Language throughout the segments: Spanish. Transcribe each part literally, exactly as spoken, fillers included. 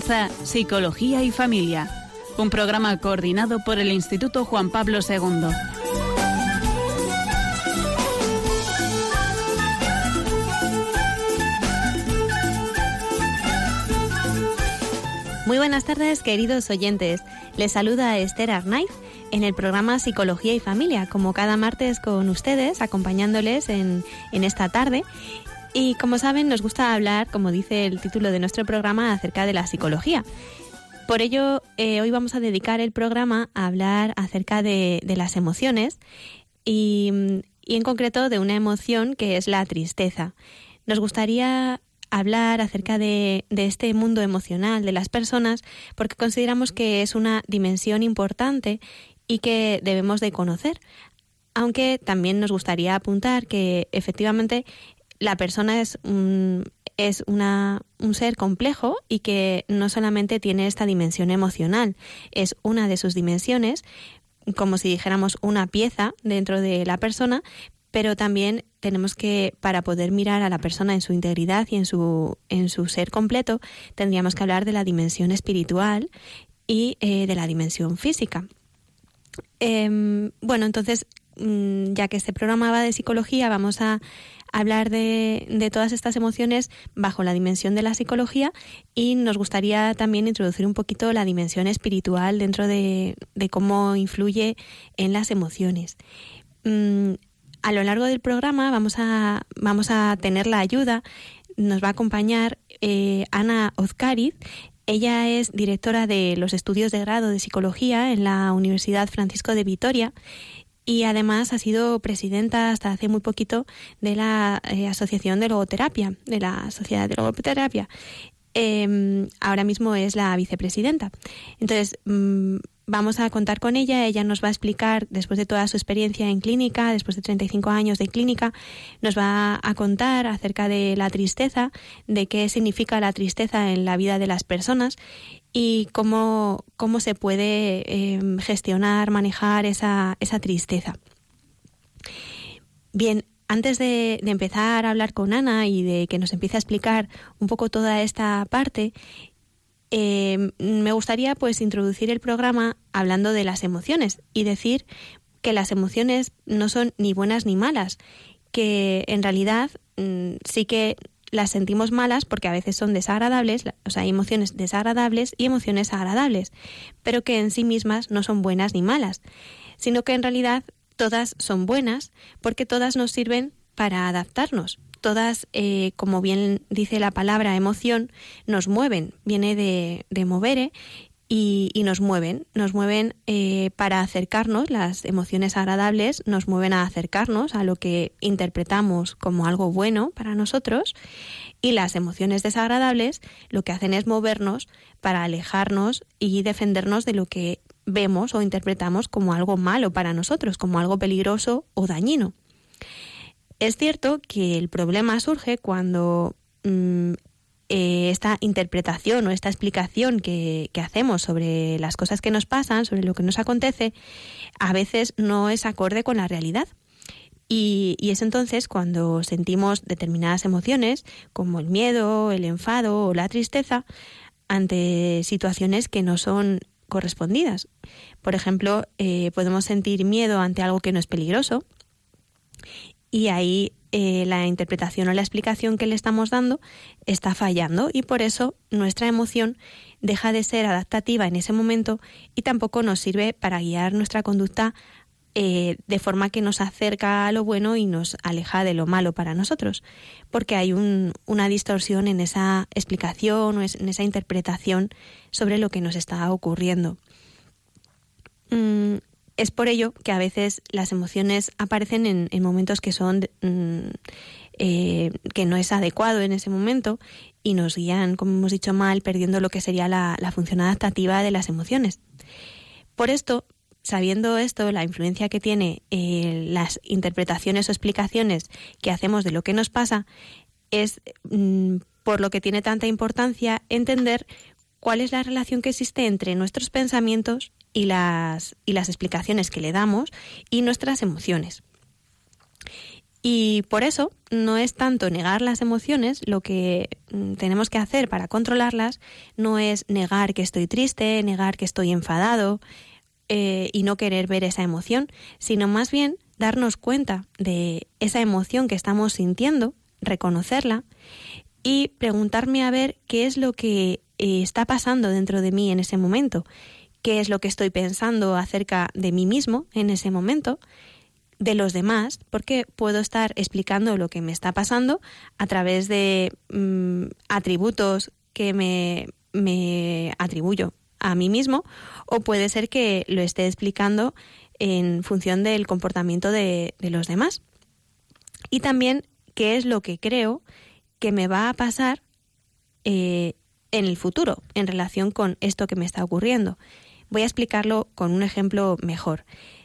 Comienza Psicología y Familia, un programa coordinado por el Instituto Juan Pablo segundo. Muy buenas tardes, queridos oyentes. Les saluda Esther Arnaiz en el programa Psicología y Familia, como cada martes con ustedes, acompañándoles en, en esta tarde. Y como saben, nos gusta hablar, como dice el título de nuestro programa, acerca de la psicología. Por ello, eh, hoy vamos a dedicar el programa a hablar acerca de, de las emociones y, y en concreto de una emoción que es la tristeza. Nos gustaría hablar acerca de, de este mundo emocional de las personas porque consideramos que es una dimensión importante y que debemos de conocer, aunque también nos gustaría apuntar que efectivamente la persona es un, es una, un ser complejo y que no solamente tiene esta dimensión emocional, es una de sus dimensiones, como si dijéramos una pieza dentro de la persona, pero también tenemos que, para poder mirar a la persona en su integridad y en su, en su ser completo, tendríamos que hablar de la dimensión espiritual y eh, de la dimensión física. Eh, bueno, entonces, ya que este programa va de psicología, vamos a hablar de, de todas estas emociones bajo la dimensión de la psicología y nos gustaría también introducir un poquito la dimensión espiritual dentro de, de cómo influye en las emociones. Mm, a lo largo del programa vamos a, vamos a tener la ayuda, nos va a acompañar eh, Ana Ozcariz. Ella es directora de los estudios de grado de psicología en la Universidad Francisco de Vitoria y además ha sido presidenta hasta hace muy poquito de la eh, Asociación de Logoterapia, de la Sociedad de Logoterapia. Eh, ahora mismo es la vicepresidenta. Entonces, mmm, vamos a contar con ella. Ella nos va a explicar, después de toda su experiencia en clínica, después de treinta y cinco años de clínica, nos va a contar acerca de la tristeza, de qué significa la tristeza en la vida de las personas y cómo, cómo se puede eh, gestionar, manejar esa, esa tristeza. Bien, antes de, de empezar a hablar con Ana y de que nos empiece a explicar un poco toda esta parte, eh, me gustaría pues introducir el programa hablando de las emociones y decir que las emociones no son ni buenas ni malas, que en realidad mmm, sí que las sentimos malas porque a veces son desagradables, o sea, hay emociones desagradables y emociones agradables, pero que en sí mismas no son buenas ni malas, sino que en realidad todas son buenas porque todas nos sirven para adaptarnos. Todas, eh, como bien dice la palabra emoción, nos mueven, viene de, de movere y, y nos mueven, nos mueven eh, para acercarnos. Las emociones agradables nos mueven a acercarnos a lo que interpretamos como algo bueno para nosotros y las emociones desagradables lo que hacen es movernos para alejarnos y defendernos de lo que vemos o interpretamos como algo malo para nosotros, como algo peligroso o dañino. Es cierto que el problema surge cuando mmm, eh, esta interpretación o esta explicación que, que hacemos sobre las cosas que nos pasan, sobre lo que nos acontece, a veces no es acorde con la realidad. Y, y es entonces cuando sentimos determinadas emociones, como el miedo, el enfado o la tristeza, ante situaciones que no son correspondidas. Por ejemplo, eh, podemos sentir miedo ante algo que no es peligroso, y ahí eh, la interpretación o la explicación que le estamos dando está fallando y por eso nuestra emoción deja de ser adaptativa en ese momento y tampoco nos sirve para guiar nuestra conducta eh, de forma que nos acerca a lo bueno y nos aleja de lo malo para nosotros, porque hay un, una distorsión en esa explicación o en esa interpretación sobre lo que nos está ocurriendo. Mm, Es por ello que a veces las emociones aparecen en, en momentos que son mm, eh, que no es adecuado en ese momento y nos guían, como hemos dicho mal, perdiendo lo que sería la, la función adaptativa de las emociones. Por esto, sabiendo esto, la influencia que tiene eh, las interpretaciones o explicaciones que hacemos de lo que nos pasa, es mm, por lo que tiene tanta importancia entender cuál es la relación que existe entre nuestros pensamientos y las, y las explicaciones que le damos y nuestras emociones. Y por eso no es tanto negar las emociones, lo que tenemos que hacer para controlarlas no es negar que estoy triste, negar que estoy enfadado eh, y no querer ver esa emoción, sino más bien darnos cuenta de esa emoción que estamos sintiendo, reconocerla y preguntarme a ver qué es lo que eh, está pasando dentro de mí en ese momento, qué es lo que estoy pensando acerca de mí mismo en ese momento, de los demás, porque puedo estar explicando lo que me está pasando a través de mmm, atributos que me, me atribuyo a mí mismo, o puede ser que lo esté explicando en función del comportamiento de, de los demás. Y también qué es lo que creo que me va a pasar eh, en el futuro en relación con esto que me está ocurriendo. Voy a explicarlo con un ejemplo mejor.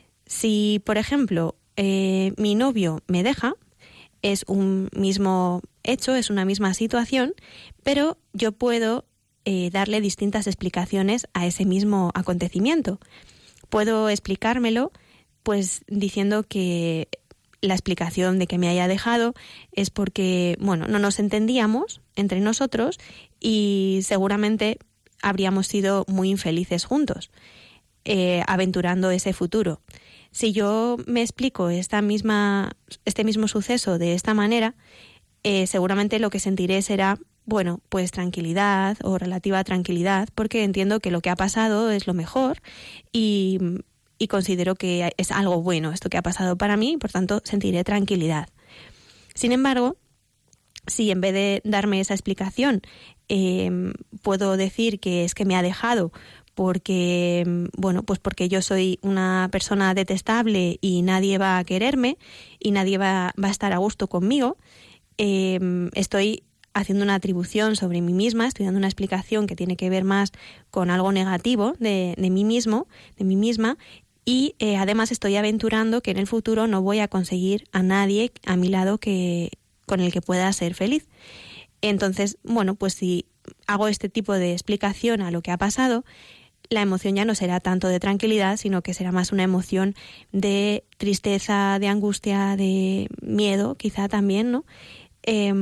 Si, por ejemplo, Eh, mi novio me deja, es un mismo hecho, es una misma situación, pero yo puedo eh, darle distintas explicaciones a ese mismo acontecimiento. Puedo explicármelo pues diciendo que la explicación de que me haya dejado es porque, bueno, no nos entendíamos entre nosotros y seguramente habríamos sido muy infelices juntos, eh, aventurando ese futuro. Si yo me explico esta misma, este mismo suceso de esta manera, eh, seguramente lo que sentiré será, bueno, pues tranquilidad o relativa tranquilidad, porque entiendo que lo que ha pasado es lo mejor y, y considero que es algo bueno esto que ha pasado para mí y por tanto sentiré tranquilidad. Sin embargo, si en vez de darme esa explicación eh, puedo decir que es que me ha dejado porque, bueno, pues porque yo soy una persona detestable y nadie va a quererme y nadie va, va a estar a gusto conmigo, eh, estoy haciendo una atribución sobre mí misma, estoy dando una explicación que tiene que ver más con algo negativo de, de mí mismo, de mí misma, y eh, además estoy aventurando que en el futuro no voy a conseguir a nadie a mi lado que, con el que pueda ser feliz. Entonces, bueno, pues si hago este tipo de explicación a lo que ha pasado, la emoción ya no será tanto de tranquilidad, sino que será más una emoción de tristeza, de angustia, de miedo, quizá también, ¿no? Eh,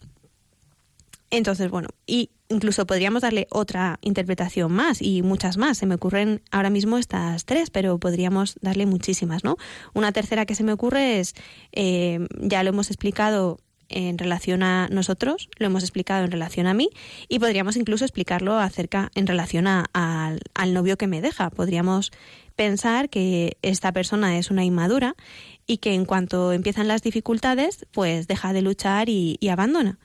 entonces, bueno, y incluso podríamos darle otra interpretación más y muchas más. Se me ocurren ahora mismo estas tres, pero podríamos darle muchísimas, ¿no? Una tercera que se me ocurre es, eh, ya lo hemos explicado en relación a nosotros, lo hemos explicado en relación a mí y podríamos incluso explicarlo acerca en relación a, a, al novio que me deja. Podríamos pensar que esta persona es una inmadura y que en cuanto empiezan las dificultades, pues deja de luchar y, y abandona.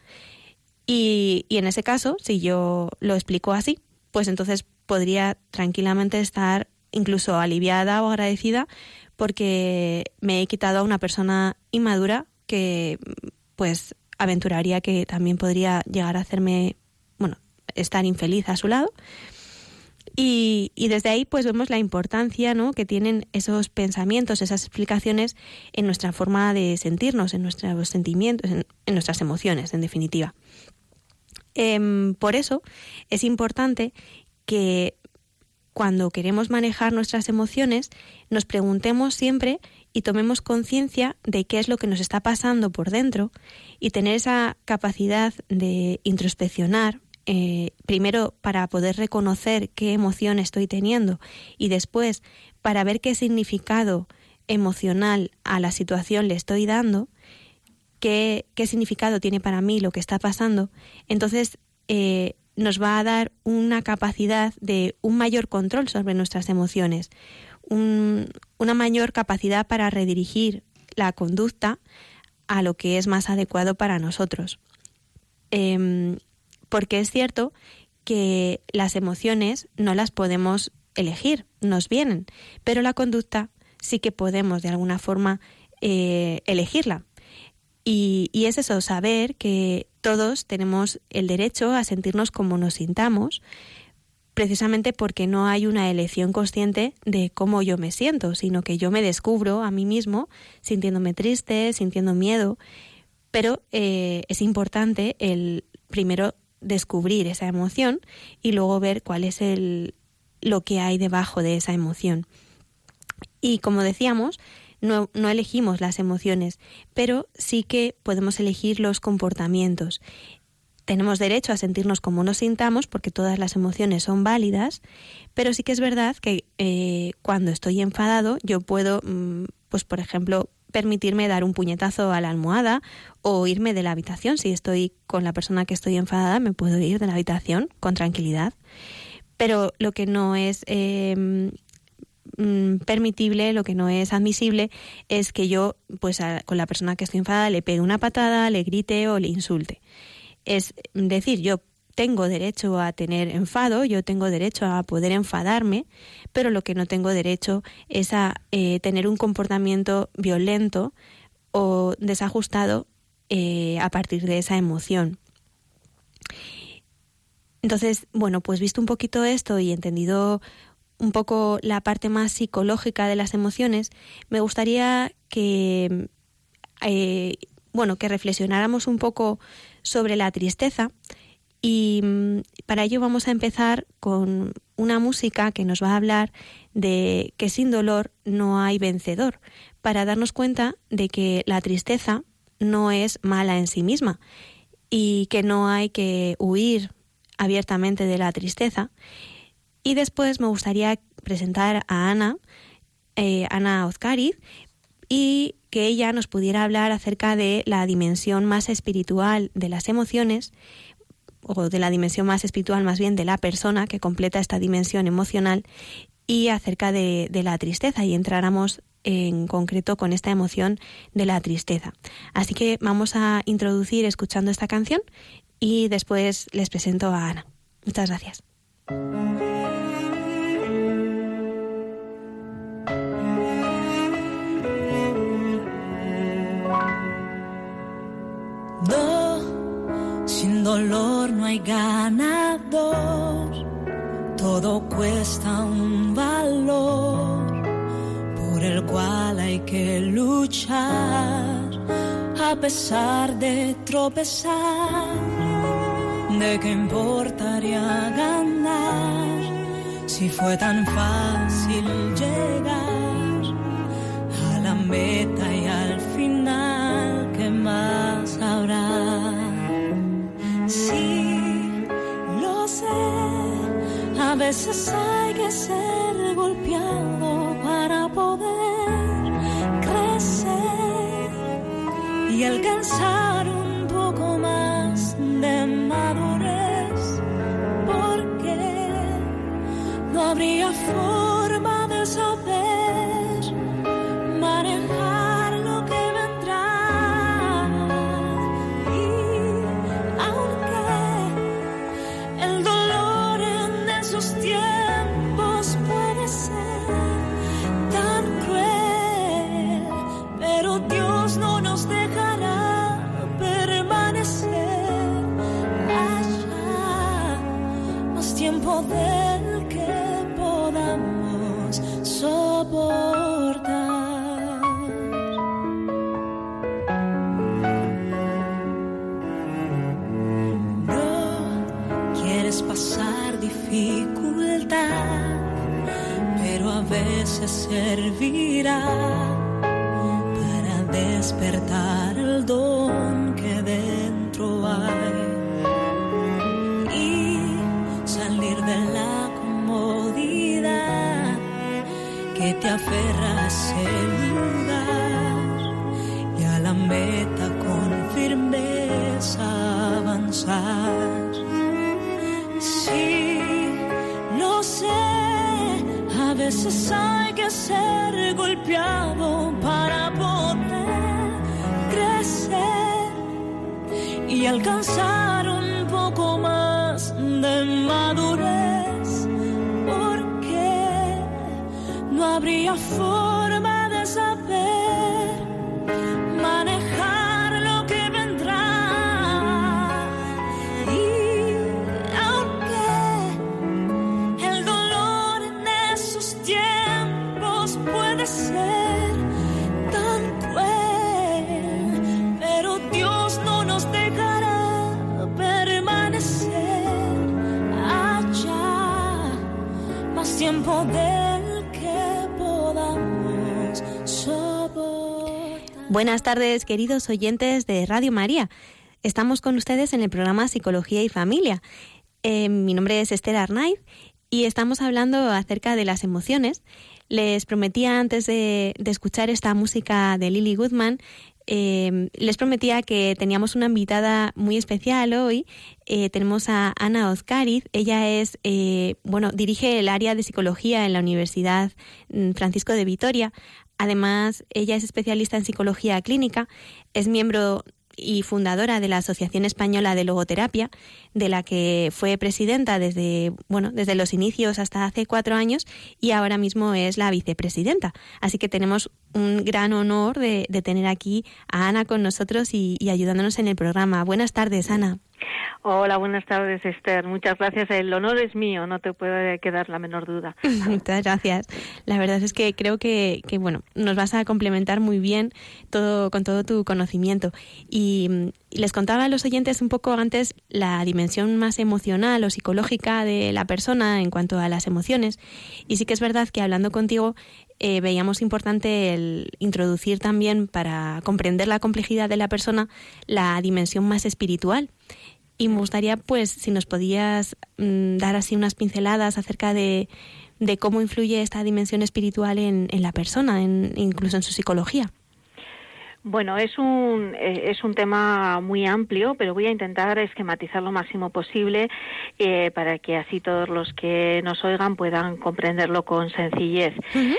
Y, y en ese caso, si yo lo explico así, pues entonces podría tranquilamente estar incluso aliviada o agradecida porque me he quitado a una persona inmadura que pues aventuraría que también podría llegar a hacerme, bueno, estar infeliz a su lado. Y, y desde ahí pues vemos la importancia, ¿no?, que tienen esos pensamientos, esas explicaciones en nuestra forma de sentirnos, en nuestros sentimientos, en, en nuestras emociones, en definitiva. Eh, por eso es importante que cuando queremos manejar nuestras emociones nos preguntemos siempre y tomemos conciencia de qué es lo que nos está pasando por dentro y tener esa capacidad de introspeccionar, eh, primero para poder reconocer qué emoción estoy teniendo y después para ver qué significado emocional a la situación le estoy dando, qué, qué significado tiene para mí lo que está pasando. Entonces eh, nos va a dar una capacidad de un mayor control sobre nuestras emociones, un, una mayor capacidad para redirigir la conducta a lo que es más adecuado para nosotros. Eh, porque es cierto que las emociones no las podemos elegir, nos vienen, pero la conducta sí que podemos de alguna forma eh, elegirla. Y, y es eso, saber que todos tenemos el derecho a sentirnos como nos sintamos, precisamente porque no hay una elección consciente de cómo yo me siento, sino que yo me descubro a mí mismo sintiéndome triste, sintiendo miedo, pero eh, es importante el primero descubrir esa emoción y luego ver cuál es el, lo que hay debajo de esa emoción. Y como decíamos, no, no elegimos las emociones, pero sí que podemos elegir los comportamientos. Tenemos derecho a sentirnos como nos sintamos porque todas las emociones son válidas, pero sí que es verdad que eh, cuando estoy enfadado yo puedo, pues por ejemplo, permitirme dar un puñetazo a la almohada o irme de la habitación. Si estoy con la persona que estoy enfadada, me puedo ir de la habitación con tranquilidad. Pero lo que no es eh, permitible, lo que no es admisible, es que yo, pues a, con la persona que estoy enfadada, le pegue una patada, le grite o le insulte. Es decir, yo tengo derecho a tener enfado, yo tengo derecho a poder enfadarme, pero lo que no tengo derecho es a eh, tener un comportamiento violento o desajustado eh, a partir de esa emoción. Entonces, bueno, pues visto un poquito esto y entendido un poco la parte más psicológica de las emociones, me gustaría que, eh, bueno, que reflexionáramos un poco sobre la tristeza y para ello vamos a empezar con una música que nos va a hablar de que sin dolor no hay vencedor, para darnos cuenta de que la tristeza no es mala en sí misma y que no hay que huir abiertamente de la tristeza. Y después me gustaría presentar a Ana, eh, Ana Ozcariz, y que ella nos pudiera hablar acerca de la dimensión más espiritual de las emociones, o de la dimensión más espiritual más bien de la persona que completa esta dimensión emocional, y acerca de, de la tristeza, y entráramos en concreto con esta emoción de la tristeza. Así que vamos a introducir escuchando esta canción y después les presento a Ana. Muchas gracias. No, sin dolor no hay ganador, todo cuesta un valor por el cual hay que luchar a pesar de tropezar. ¿De qué importaría ganar si fue tan fácil llegar a la meta y al final qué más habrá? Sí, lo sé, a veces hay que ser golpeado para poder crecer y alcanzar un poco más de madurez, porque no habría forma de saber manejar lo que vendrá. Y aunque el dolor en esos tiempos puede ser tan cruel, pero Dios no nos dejará permanecer allá más tiempo del que podamos soportar. No quieres pasar dificultad, pero a veces servirá para despertar el don que dentro hay y salir de la comodidad que te aferra a ese lugar y a la meta con firmeza avanzar. Sí, lo sé, a veces hay que ser golpeado para poder crecer y alcanzar un poco más de madurez, porque no habría forma de saber manejar lo que vendrá. Y aunque el dolor en esos tiempos puede ser tan cruel, pero Dios no nos dejará permanecer allá más tiempo del que podamos soportar. Buenas tardes, queridos oyentes de Radio María. Estamos con ustedes en el programa Psicología y Familia. Eh, mi nombre es Esther Arnaiz y estamos hablando acerca de las emociones. Les prometía antes de, de escuchar esta música de Lily Goodman, eh, les prometía que teníamos una invitada muy especial hoy. Eh, tenemos a Ana Ozcariz. Ella es, eh, bueno, dirige el área de psicología en la Universidad Francisco de Vitoria. Además, ella es especialista en psicología clínica, es miembro y fundadora de la Asociación Española de Logoterapia, de la que fue presidenta desde, bueno, desde los inicios hasta hace cuatro años y ahora mismo es la vicepresidenta. Así que tenemos un gran honor de, de tener aquí a Ana con nosotros y, y ayudándonos en el programa. Buenas tardes, Ana. Hola, buenas tardes, Esther. Muchas gracias. El honor es mío, no te puede quedar la menor duda. Muchas gracias. La verdad es que creo que, que bueno, nos vas a complementar muy bien todo con todo tu conocimiento. Y, y les contaba a los oyentes un poco antes la dimensión más emocional o psicológica de la persona en cuanto a las emociones. Y sí que es verdad que hablando contigo eh, veíamos importante el introducir también, para comprender la complejidad de la persona, la dimensión más espiritual. Y me gustaría, pues, si nos podías mmm, dar así unas pinceladas acerca de, de cómo influye esta dimensión espiritual en, en la persona, en, incluso en su psicología. Bueno, es un es un tema muy amplio, pero voy a intentar esquematizar lo máximo posible eh, para que así todos los que nos oigan puedan comprenderlo con sencillez. Uh-huh.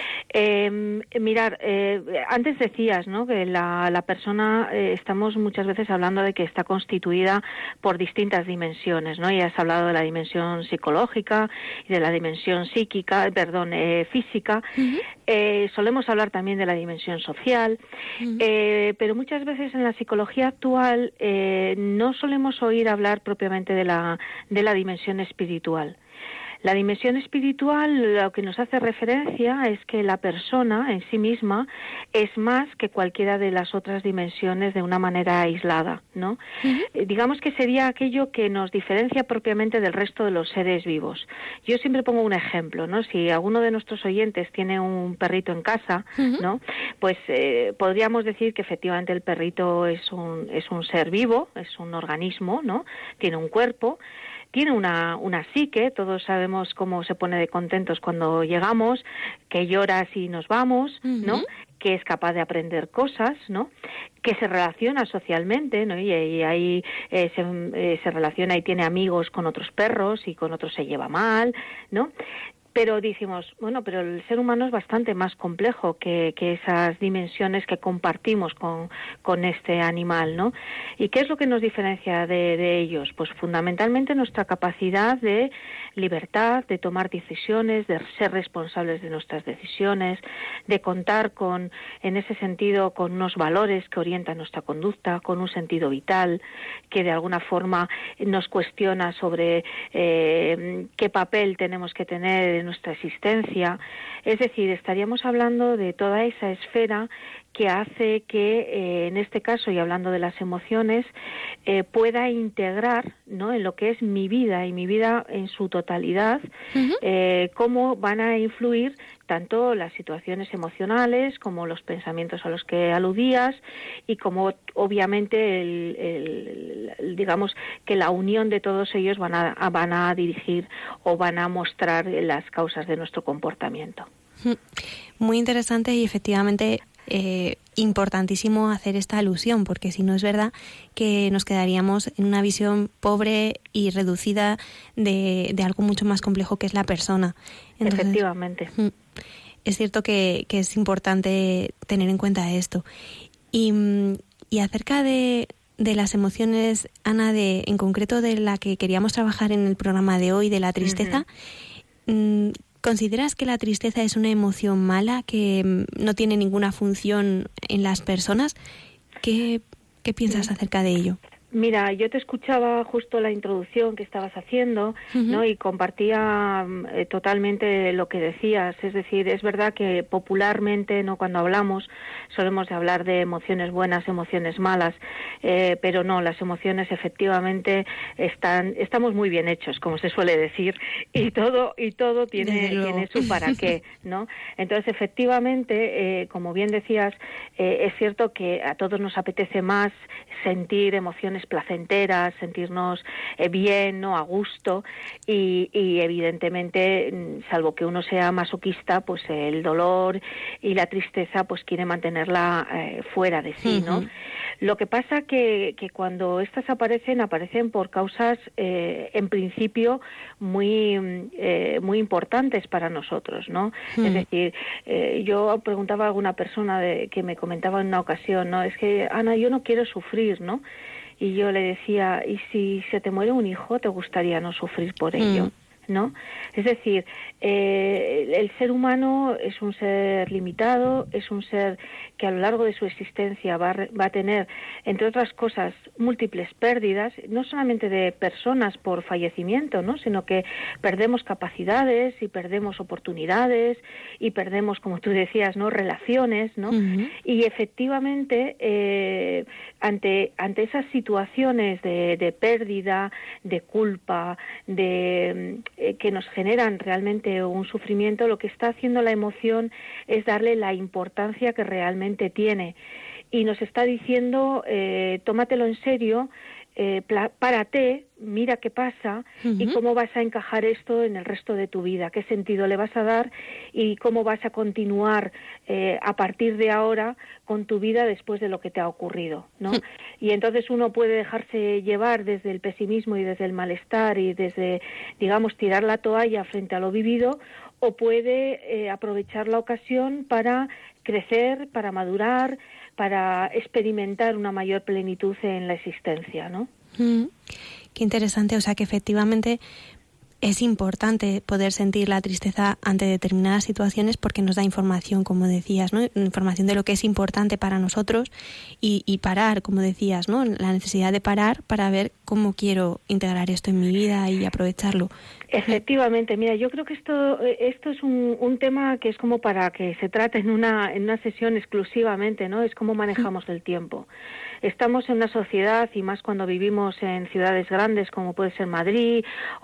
Eh, mirar, eh, antes decías, ¿no?, que la, la persona, eh, estamos muchas veces hablando de que está constituida por distintas dimensiones, ¿no? Ya has hablado de la dimensión psicológica y de la dimensión psíquica, perdón, eh, física. Uh-huh. Eh, solemos hablar también de la dimensión social. Uh-huh. Eh, Eh, pero muchas veces en la psicología actual eh, no solemos oír hablar propiamente de la, de la dimensión espiritual. La dimensión espiritual lo que nos hace referencia es que la persona en sí misma es más que cualquiera de las otras dimensiones de una manera aislada, ¿no? Uh-huh. Eh, digamos que sería aquello que nos diferencia propiamente del resto de los seres vivos. Yo siempre pongo un ejemplo, ¿no? Si alguno de nuestros oyentes tiene un perrito en casa, uh-huh, ¿no?, pues eh, podríamos decir que efectivamente el perrito es un, es un ser vivo, es un organismo, ¿no? Tiene un cuerpo. Tiene una, una psique, todos sabemos cómo se pone de contentos cuando llegamos, que llora si nos vamos, uh-huh, ¿no?, que es capaz de aprender cosas, ¿no?, que se relaciona socialmente, ¿no?, y, y ahí eh, se, eh, se relaciona y tiene amigos con otros perros y con otros se lleva mal, ¿no? Pero decimos, bueno, pero el ser humano es bastante más complejo que, que esas dimensiones que compartimos con, con este animal, ¿no? ¿Y qué es lo que nos diferencia de, de ellos? Pues fundamentalmente nuestra capacidad de libertad, de tomar decisiones, de ser responsables de nuestras decisiones, de contar con, en ese sentido, con unos valores que orientan nuestra conducta, con un sentido vital, que de alguna forma nos cuestiona sobre eh, qué papel tenemos que tener en nuestra existencia. Es decir, estaríamos hablando de toda esa esfera que hace que, eh, en este caso, y hablando de las emociones, eh, pueda integrar, ¿no?, en lo que es mi vida y mi vida en su totalidad, uh-huh, eh, cómo van a influir tanto las situaciones emocionales como los pensamientos a los que aludías y como obviamente el, el, el, digamos que la unión de todos ellos van a, van a dirigir o van a mostrar las causas de nuestro comportamiento. Muy interesante y efectivamente eh, importantísimo hacer esta alusión, porque si no es verdad que nos quedaríamos en una visión pobre y reducida de, de algo mucho más complejo que es la persona. Entonces, efectivamente. Es cierto que, que es importante tener en cuenta esto. Y, y acerca de, de las emociones, Ana, de, en concreto de la que queríamos trabajar en el programa de hoy, de la tristeza, uh-huh. ¿Consideras que la tristeza es una emoción mala, que no tiene ninguna función en las personas? ¿Qué, qué piensas acerca de ello? Mira, yo te escuchaba justo la introducción que estabas haciendo, uh-huh. ¿no? Y compartía eh, totalmente lo que decías. Es decir, es verdad que popularmente, no, cuando hablamos solemos de hablar de emociones buenas, emociones malas, eh, pero no, las emociones efectivamente están, estamos muy bien hechos, como se suele decir, y todo y todo tiene tiene su para qué, ¿no? Entonces, efectivamente, eh, como bien decías, eh, es cierto que a todos nos apetece más sentir emociones placenteras, sentirnos eh, bien, ¿no? A gusto, y, y evidentemente, salvo que uno sea masoquista, pues el dolor y la tristeza pues quiere mantenerla eh, fuera de sí, ¿no? Uh-huh. Lo que pasa que, que cuando estas aparecen, aparecen por causas eh, en principio muy eh, muy importantes para nosotros, ¿no? Uh-huh. Es decir, eh, yo preguntaba a alguna persona de, que me comentaba en una ocasión, ¿no? Es que, Ana, yo no quiero sufrir, ¿no? Y yo le decía, ¿y si se te muere un hijo, te gustaría no sufrir por ello? Mm. ¿No? Es decir, eh, el ser humano es un ser limitado, es un ser que a lo largo de su existencia va a, va a tener, entre otras cosas, múltiples pérdidas, no solamente de personas por fallecimiento, ¿no? Sino que perdemos capacidades y perdemos oportunidades y perdemos, como tú decías, ¿no? Relaciones, ¿no? Uh-huh. Y efectivamente, eh, ante ante esas situaciones de, de pérdida, de culpa, de eh, que nos generan realmente un sufrimiento, lo que está haciendo la emoción es darle la importancia que realmente tiene, y nos está diciendo, eh, tómatelo en serio, eh, pla- párate, mira qué pasa, uh-huh. y cómo vas a encajar esto en el resto de tu vida, qué sentido le vas a dar y cómo vas a continuar eh, a partir de ahora con tu vida después de lo que te ha ocurrido, ¿no? Uh-huh. Y entonces uno puede dejarse llevar desde el pesimismo y desde el malestar y desde, digamos, tirar la toalla frente a lo vivido, o puede eh, aprovechar la ocasión para crecer, para madurar, para experimentar una mayor plenitud en la existencia, ¿no? Mm, qué interesante, o sea que efectivamente es importante poder sentir la tristeza ante determinadas situaciones porque nos da información, como decías, ¿no? Información de lo que es importante para nosotros y, y parar, como decías, ¿no? La necesidad de parar para ver cómo quiero integrar esto en mi vida y aprovecharlo. Efectivamente, mira, yo creo que esto esto es un, un tema que es como para que se trate en una en una sesión exclusivamente, ¿no? Es cómo manejamos el tiempo. Estamos en una sociedad, y más cuando vivimos en ciudades grandes como puede ser Madrid,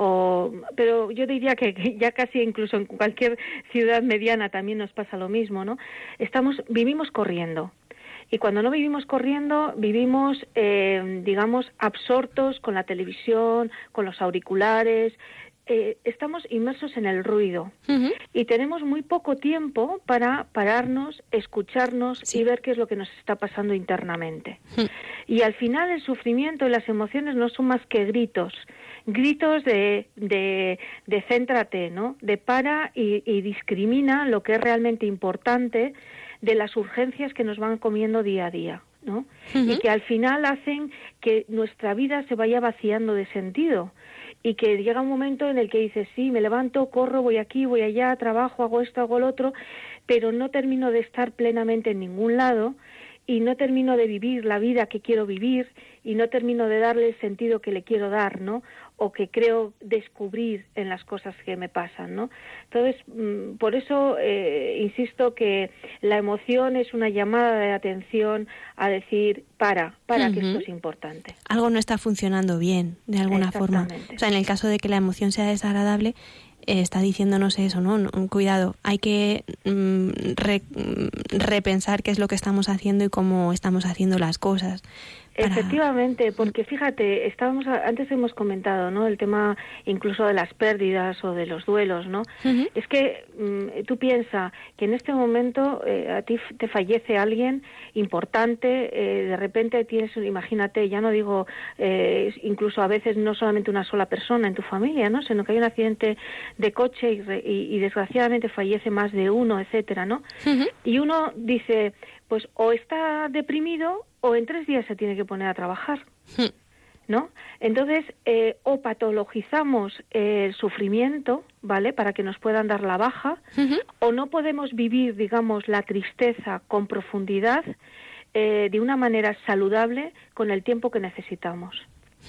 o pero yo diría que, que ya casi incluso en cualquier ciudad mediana también nos pasa lo mismo, ¿no? Estamos vivimos corriendo. Y cuando no vivimos corriendo, vivimos, eh, digamos, absortos con la televisión, con los auriculares. Eh, estamos inmersos en el ruido, uh-huh. y tenemos muy poco tiempo para pararnos, escucharnos, sí. y ver qué es lo que nos está pasando internamente. Uh-huh. Y al final el sufrimiento y las emociones no son más que gritos, gritos de, de, de céntrate, ¿no? De para y, y discrimina lo que es realmente importante de las urgencias que nos van comiendo día a día, ¿no? Uh-huh. Y que al final hacen que nuestra vida se vaya vaciando de sentido. Y que llega un momento en el que dices, sí, me levanto, corro, voy aquí, voy allá, trabajo, hago esto, hago lo otro, pero no termino de estar plenamente en ningún lado, y no termino de vivir la vida que quiero vivir, y no termino de darle el sentido que le quiero dar, ¿no? O que creo descubrir en las cosas que me pasan, ¿no? Entonces, por eso eh, insisto que la emoción es una llamada de atención a decir, para, para, uh-huh. que esto es importante. Algo no está funcionando bien, de alguna forma. O sea, en el caso de que la emoción sea desagradable, eh, está diciéndonos eso, ¿no? No, cuidado, hay que mm, re, repensar qué es lo que estamos haciendo y cómo estamos haciendo las cosas. Para... Efectivamente, porque fíjate, estábamos antes hemos comentado, ¿no? El tema incluso de las pérdidas o de los duelos, ¿no? Uh-huh. Es que mmm, tú piensas que en este momento eh, a ti te fallece alguien importante, eh, de repente tienes, imagínate, ya no digo, eh, incluso a veces no solamente una sola persona en tu familia, ¿no? Sino que hay un accidente de coche y, re, y, y desgraciadamente fallece más de uno, etcétera, ¿no? Uh-huh. Y uno dice, pues o está deprimido o en tres días se tiene que poner a trabajar, ¿no? Entonces, eh, o patologizamos el sufrimiento, ¿vale?, para que nos puedan dar la baja, uh-huh. o no podemos vivir, digamos, la tristeza con profundidad, eh, de una manera saludable con el tiempo que necesitamos.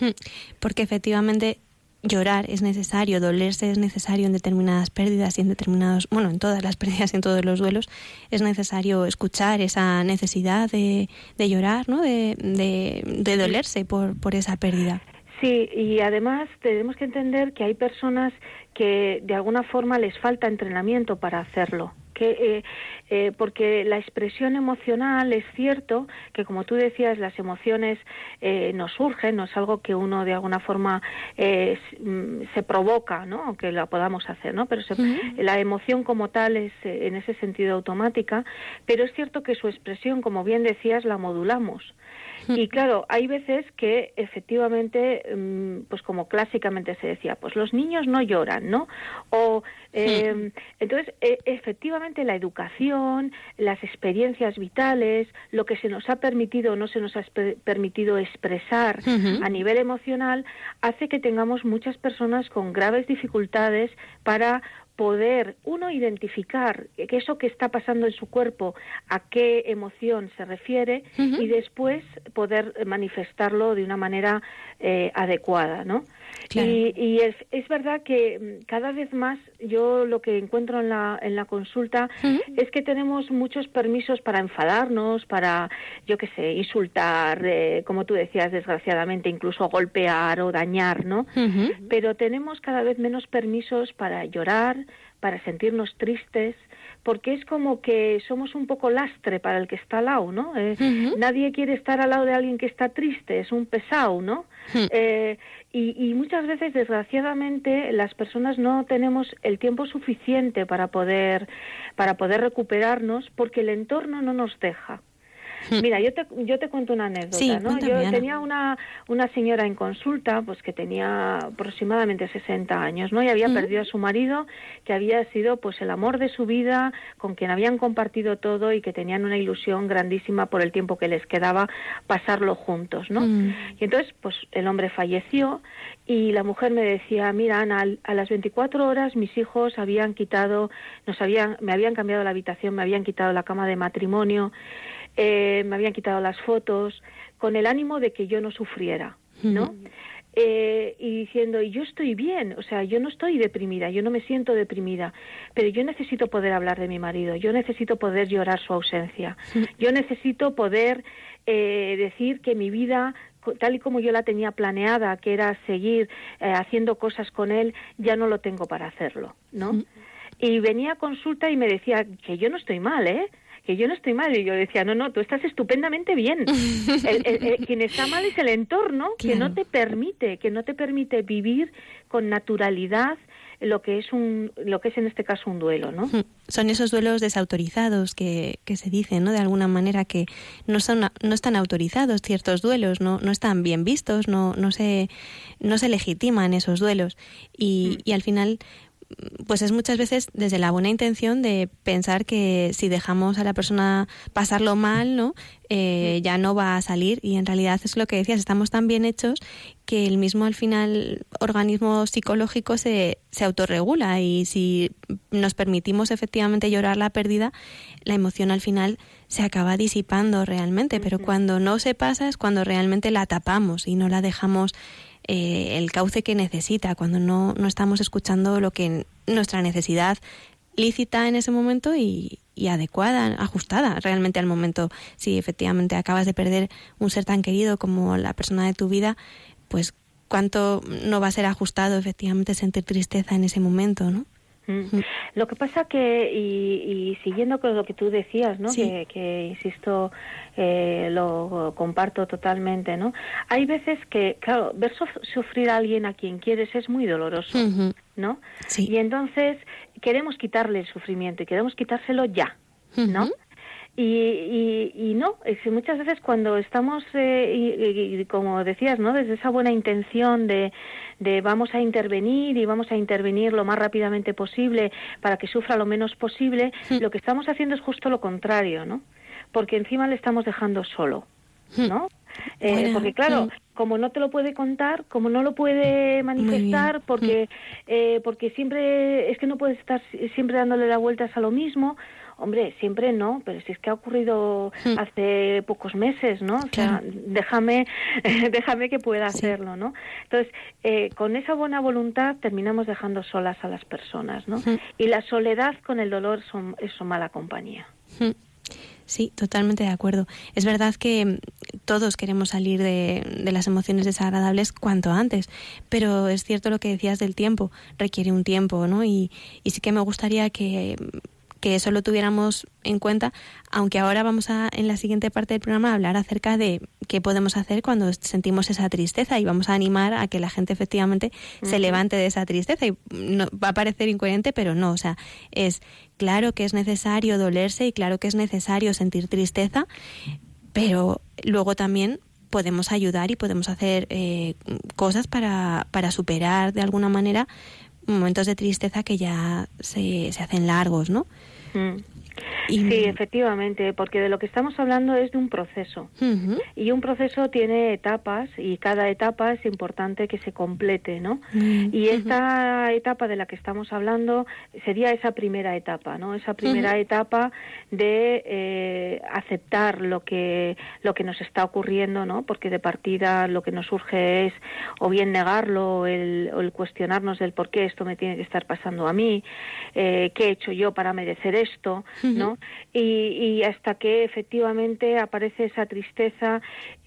Porque efectivamente llorar es necesario, dolerse es necesario en determinadas pérdidas y en determinados, bueno, en todas las pérdidas, en todos los duelos, es necesario escuchar esa necesidad de, de llorar, ¿no? De, de, de dolerse por, por esa pérdida. Sí, y además tenemos que entender que hay personas que de alguna forma les falta entrenamiento para hacerlo. Que, eh, eh, porque la expresión emocional es cierto que, como tú decías, las emociones eh, nos surgen, no es algo que uno de alguna forma eh, se provoca, ¿no? Aunque la podamos hacer, ¿no? Pero se, uh-huh. la emoción como tal es eh, en ese sentido automática, pero es cierto que su expresión, como bien decías, la modulamos. Y claro, hay veces que efectivamente, pues como clásicamente se decía, pues los niños no lloran, ¿no? O eh, sí. Entonces, e- efectivamente la educación, las experiencias vitales, lo que se nos ha permitido o no se nos ha esp- permitido expresar uh-huh. a nivel emocional, hace que tengamos muchas personas con graves dificultades para poder, uno, identificar que eso que está pasando en su cuerpo, a qué emoción se refiere, uh-huh. y después poder manifestarlo de una manera eh, adecuada, ¿no? Claro. Y, y es, es verdad que cada vez más yo lo que encuentro en la, en la consulta uh-huh. es que tenemos muchos permisos para enfadarnos, para, yo qué sé, insultar, eh, como tú decías, desgraciadamente, incluso golpear o dañar, ¿no? Uh-huh. Pero tenemos cada vez menos permisos para llorar, para sentirnos tristes, porque es como que somos un poco lastre para el que está al lado, ¿no? Eh, uh-huh. Nadie quiere estar al lado de alguien que está triste, es un pesado, ¿no? Uh-huh. Eh, y, y muchas veces, desgraciadamente, las personas no tenemos el tiempo suficiente para poder, para poder recuperarnos, porque el entorno no nos deja. Mira, yo te, yo te cuento una anécdota, sí, ¿no? Yo Ana. tenía una, una señora en consulta, pues que tenía aproximadamente sesenta años, ¿no? Y había uh-huh. perdido a su marido, que había sido pues el amor de su vida, con quien habían compartido todo y que tenían una ilusión grandísima por el tiempo que les quedaba pasarlo juntos, ¿no? Uh-huh. Y entonces, pues el hombre falleció y la mujer me decía, mira, Ana, a las veinticuatro horas mis hijos habían quitado, nos habían, me habían cambiado la habitación, me habían quitado la cama de matrimonio, Eh, me habían quitado las fotos, con el ánimo de que yo no sufriera, ¿no? Mm. Eh, y diciendo, y yo estoy bien, o sea, yo no estoy deprimida, yo no me siento deprimida, pero yo necesito poder hablar de mi marido, yo necesito poder llorar su ausencia, mm. yo necesito poder eh, decir que mi vida, tal y como yo la tenía planeada, que era seguir eh, haciendo cosas con él, ya no lo tengo para hacerlo, ¿no? Mm. Y venía a consulta y me decía que yo no estoy mal, ¿eh? que yo no estoy mal, y yo decía, no, no, tú estás estupendamente bien. El, el, el, quien está mal es el entorno, claro. que no te permite, que no te permite vivir con naturalidad lo que es un, lo que es en este caso un duelo, ¿no? Son esos duelos desautorizados que, que se dicen, ¿no? De alguna manera que no son, no están autorizados ciertos duelos, no, no están bien vistos, no, no se, no se legitiman esos duelos y, mm. y al final pues es muchas veces desde la buena intención de pensar que si dejamos a la persona pasarlo mal, ¿no? Eh, ya no va a salir, y en realidad es lo que decías, estamos tan bien hechos que el mismo al final organismo psicológico se, se autorregula, y si nos permitimos efectivamente llorar la pérdida, la emoción al final se acaba disipando realmente, pero cuando no se pasa es cuando realmente la tapamos y no la dejamos Eh, el cauce que necesita, cuando no, no estamos escuchando lo que nuestra necesidad lícita en ese momento y, y adecuada, ajustada realmente al momento. Si efectivamente acabas de perder un ser tan querido como la persona de tu vida, pues cuánto no va a ser ajustado efectivamente sentir tristeza en ese momento, ¿no? Mm. Lo que pasa que, y, y siguiendo con lo que tú decías, ¿no? Sí. Que, que, insisto, eh, lo comparto totalmente, ¿no? Hay veces que, claro, ver sof- sufrir a alguien a quien quieres es muy doloroso, uh-huh. ¿no? Sí. Y entonces queremos quitarle el sufrimiento y queremos quitárselo ya, ¿no? Uh-huh. Y, y, y no, es que muchas veces cuando estamos, eh, y, y como decías, ¿no? Desde esa buena intención de, de vamos a intervenir y vamos a intervenir lo más rápidamente posible para que sufra lo menos posible, sí. Lo que estamos haciendo es justo lo contrario, ¿no? Porque encima le estamos dejando solo, ¿no? Eh, Bueno, porque claro, mm. como no te lo puede contar, como no lo puede manifestar, porque eh, porque siempre es que no puedes estar siempre dándole las vueltas a lo mismo. Hombre, siempre no, pero si es que ha ocurrido Mm. hace pocos meses, ¿no? O sea, Claro. déjame, déjame que pueda Sí. hacerlo, ¿no? Entonces, eh, con esa buena voluntad terminamos dejando solas a las personas, ¿no? Mm. Y la soledad con el dolor son, es su mala compañía. Mm. Sí, totalmente de acuerdo. Es verdad que mm, todos queremos salir de, de las emociones desagradables cuanto antes, pero es cierto lo que decías del tiempo, requiere un tiempo, ¿no? Y, y sí que me gustaría que, que eso lo tuviéramos en cuenta, aunque ahora vamos a, en la siguiente parte del programa, a hablar acerca de qué podemos hacer cuando sentimos esa tristeza y vamos a animar a que la gente efectivamente uh-huh. se levante de esa tristeza. Y no, va a parecer incoherente, pero no, o sea, es claro que es necesario dolerse y claro que es necesario sentir tristeza, pero luego también podemos ayudar y podemos hacer eh, cosas para, para superar de alguna manera momentos de tristeza que ya se, se hacen largos, ¿no? Mm. Y... Sí, efectivamente, porque de lo que estamos hablando es de un proceso. Uh-huh. Y un proceso tiene etapas y cada etapa es importante que se complete, ¿no? Uh-huh. Y esta etapa de la que estamos hablando sería esa primera etapa, ¿no? Esa primera uh-huh. etapa de eh, aceptar lo que lo que nos está ocurriendo, ¿no? Porque de partida lo que nos surge es o bien negarlo o el, o el cuestionarnos del por qué esto me tiene que estar pasando a mí, eh, qué he hecho yo para merecer esto, ¿no? Uh-huh. Y, y hasta que efectivamente aparece esa tristeza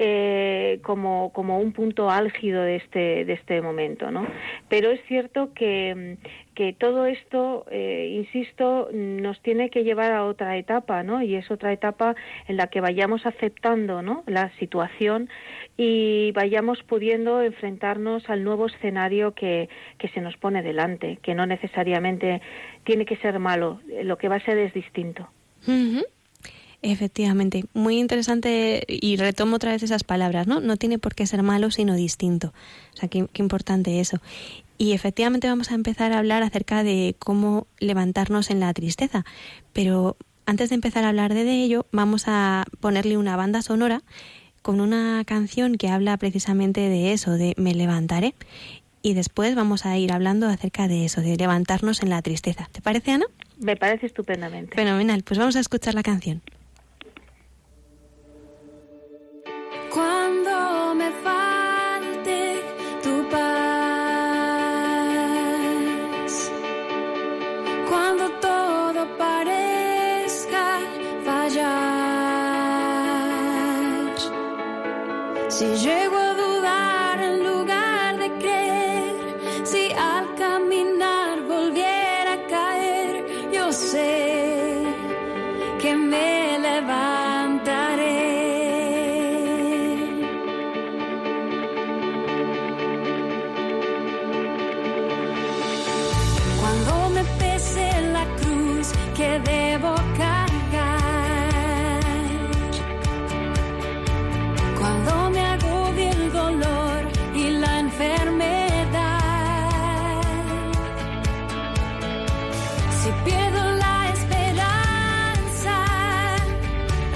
eh, como, como un punto álgido de este, de este momento, ¿no? Pero es cierto que, que todo esto, eh, insisto, nos tiene que llevar a otra etapa, ¿no? Y es otra etapa en la que vayamos aceptando, ¿no?, la situación y vayamos pudiendo enfrentarnos al nuevo escenario que, que se nos pone delante, que no necesariamente tiene que ser malo, lo que va a ser es distinto. Uh-huh. Efectivamente, muy interesante y retomo otra vez esas palabras, ¿no? No tiene por qué ser malo sino distinto. O sea, qué, qué importante eso. Y efectivamente vamos a empezar a hablar acerca de cómo levantarnos en la tristeza. Pero antes de empezar a hablar de ello, vamos a ponerle una banda sonora con una canción que habla precisamente de eso, de Me levantaré. Y después vamos a ir hablando acerca de eso, de levantarnos en la tristeza. ¿Te parece, Ana? Me parece estupendamente. Fenomenal, pues vamos a escuchar la canción. Cuando me falte tu paz, cuando todo parezca fallar, si llego a dudar en lugar de creer, si al caminar volviera a caer, yo sé que me levantaré. Cuando me pese la cruz que debo cargar, cuando me agobie el dolor y la enfermedad, si pierdo la esperanza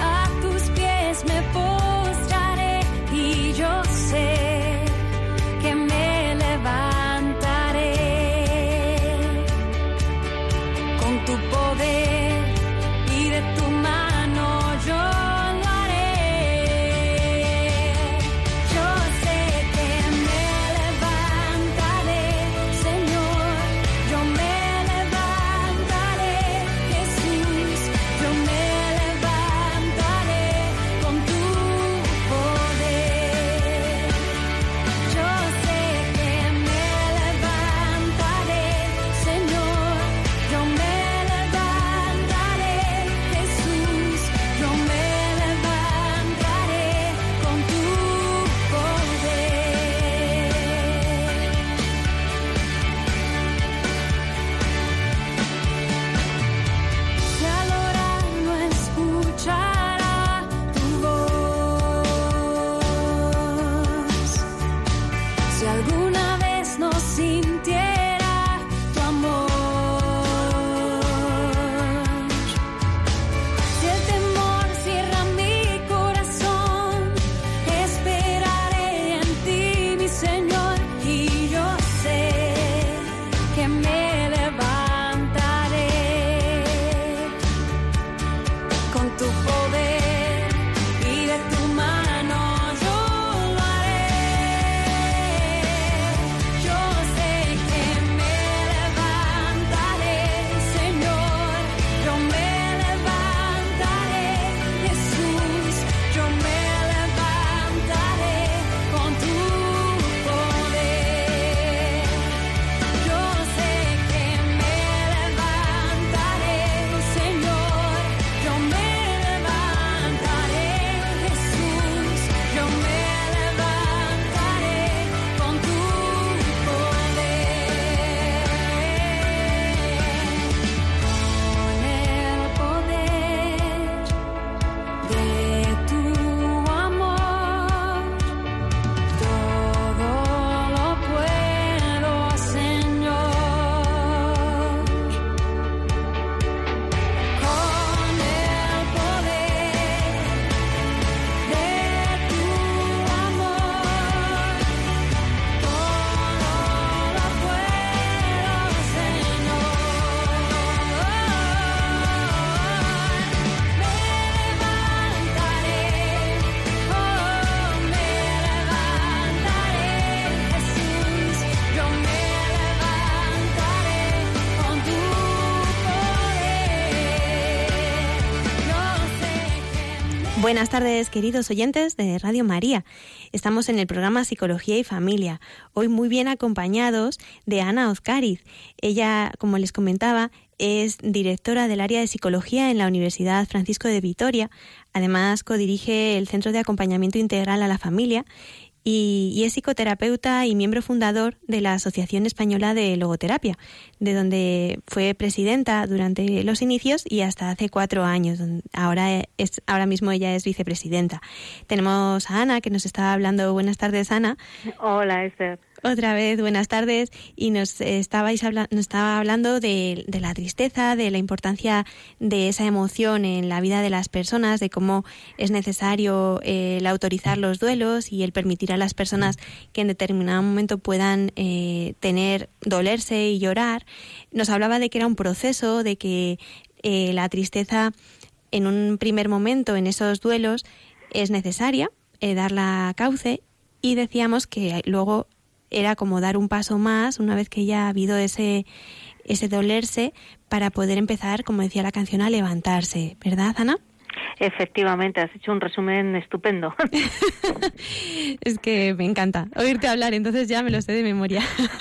Buenas tardes, queridos oyentes de Radio María. Estamos en el programa Psicología y Familia, hoy muy bien acompañados de Ana Ozcariz. Ella, como les comentaba, es directora del área de Psicología en la Universidad Francisco de Vitoria. Además, codirige el Centro de Acompañamiento Integral a la Familia y, y es psicoterapeuta y miembro fundador de la Asociación Española de Logoterapia, de donde fue presidenta durante los inicios y hasta hace cuatro años. Ahora, es, ahora mismo ella es vicepresidenta. Tenemos a Ana, que nos estaba hablando. Buenas tardes, Ana. Hola, Esther. Otra vez, buenas tardes. Y nos estabais habla- nos estaba hablando de, de la tristeza, de la importancia de esa emoción en la vida de las personas, de cómo es necesario eh, el autorizar los duelos y el permitir a las personas que en determinado momento puedan eh, tener, dolerse y llorar. Nos hablaba de que era un proceso, de que eh, la tristeza en un primer momento, en esos duelos, es necesaria, eh, darla cauce, y decíamos que luego era como dar un paso más una vez que ya ha habido ese, ese dolerse para poder empezar, como decía la canción, a levantarse. ¿Verdad, Ana? Efectivamente, has hecho un resumen estupendo. Es que me encanta oírte hablar, entonces ya me lo sé de memoria.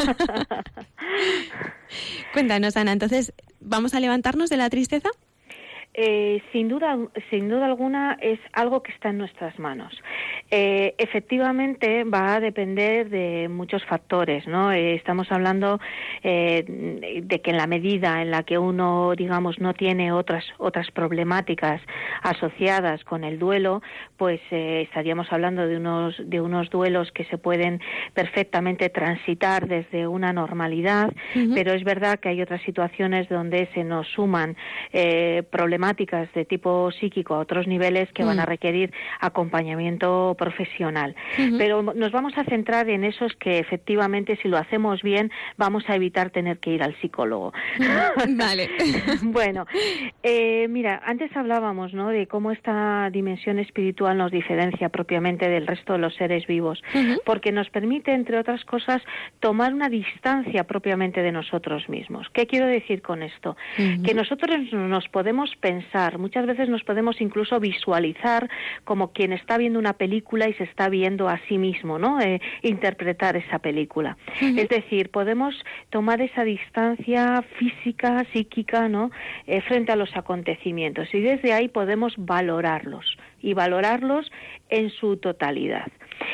Cuéntanos, Ana, entonces, ¿vamos a levantarnos de la tristeza? Eh, sin duda, sin duda alguna es algo que está en nuestras manos. Eh, efectivamente va a depender de muchos factores, ¿no? Eh, estamos hablando eh, de que en la medida en la que uno, digamos, no tiene otras otras problemáticas asociadas con el duelo, pues eh, estaríamos hablando de unos de unos duelos que se pueden perfectamente transitar desde una normalidad, uh-huh. Pero es verdad que hay otras situaciones donde se nos suman eh, problemáticas de tipo psíquico a otros niveles que mm. van a requerir acompañamiento profesional. Uh-huh. Pero nos vamos a centrar en esos que efectivamente, si lo hacemos bien, vamos a evitar tener que ir al psicólogo. Uh-huh. Vale. Bueno, eh, mira, antes hablábamos, ¿no?, de cómo esta dimensión espiritual nos diferencia propiamente del resto de los seres vivos, uh-huh. porque nos permite, entre otras cosas, tomar una distancia propiamente de nosotros mismos. ¿Qué quiero decir con esto? Uh-huh. Que nosotros nos podemos pensar Pensar. Muchas veces nos podemos incluso visualizar como quien está viendo una película y se está viendo a sí mismo, ¿no? Eh, interpretar esa película. Uh-huh. Es decir, podemos tomar esa distancia física, psíquica, ¿no?, eh, frente a los acontecimientos, y desde ahí podemos valorarlos y valorarlos en su totalidad.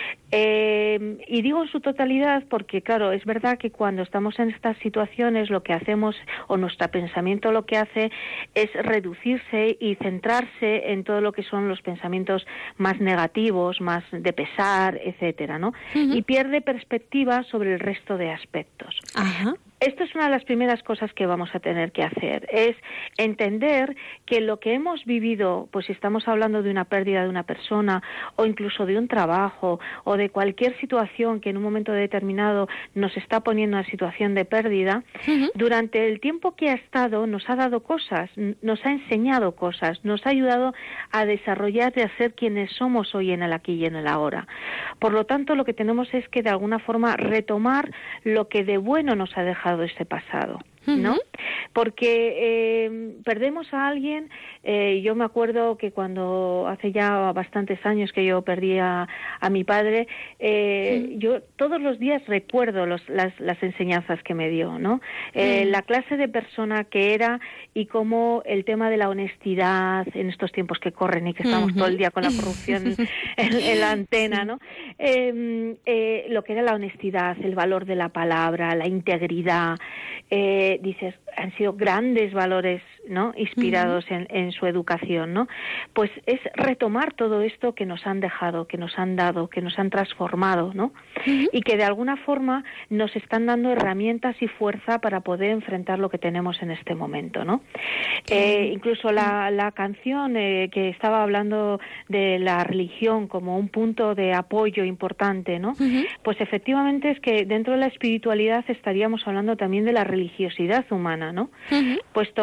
Eh, y digo en su totalidad porque, claro, es verdad que cuando estamos en estas situaciones lo que hacemos, o nuestro pensamiento lo que hace, es reducirse y centrarse en todo lo que son los pensamientos más negativos, más de pesar, etcétera, ¿no? Uh-huh. Y pierde perspectiva sobre el resto de aspectos. Ajá. Esto es una de las primeras cosas que vamos a tener que hacer, es entender que lo que hemos vivido, pues si estamos hablando de una pérdida de una persona, o incluso de un trabajo, o de cualquier situación que en un momento determinado nos está poniendo en una situación de pérdida, uh-huh. durante el tiempo que ha estado nos ha dado cosas, nos ha enseñado cosas, nos ha ayudado a desarrollar y a ser quienes somos hoy en el aquí y en el ahora. Por lo tanto, lo que tenemos es que de alguna forma retomar lo que de bueno nos ha dejado ese pasado, ¿no? Uh-huh. Porque eh, perdemos a alguien. Eh, yo me acuerdo que cuando hace ya bastantes años que yo perdí a, a mi padre, eh, uh-huh. yo todos los días recuerdo los, las, las enseñanzas que me dio, ¿no? Eh, uh-huh. La clase de persona que era, y cómo el tema de la honestidad en estos tiempos que corren y que estamos uh-huh. todo el día con la corrupción en, en la antena, ¿no? Eh, eh, lo que era la honestidad, el valor de la palabra, la integridad. Eh, dices, han sido grandes valores, ¿no?, inspirados uh-huh. en, en su educación, ¿no? Pues es retomar todo esto que nos han dejado, que nos han dado, que nos han transformado, ¿no? Uh-huh. Y que de alguna forma nos están dando herramientas y fuerza para poder enfrentar lo que tenemos en este momento, ¿no? Uh-huh. Eh, incluso la, la canción eh, que estaba hablando de la religión como un punto de apoyo importante, ¿no? Uh-huh. Pues efectivamente es que dentro de la espiritualidad estaríamos hablando también de la religiosidad humana, ¿no? Uh-huh. Puesto que efectivamente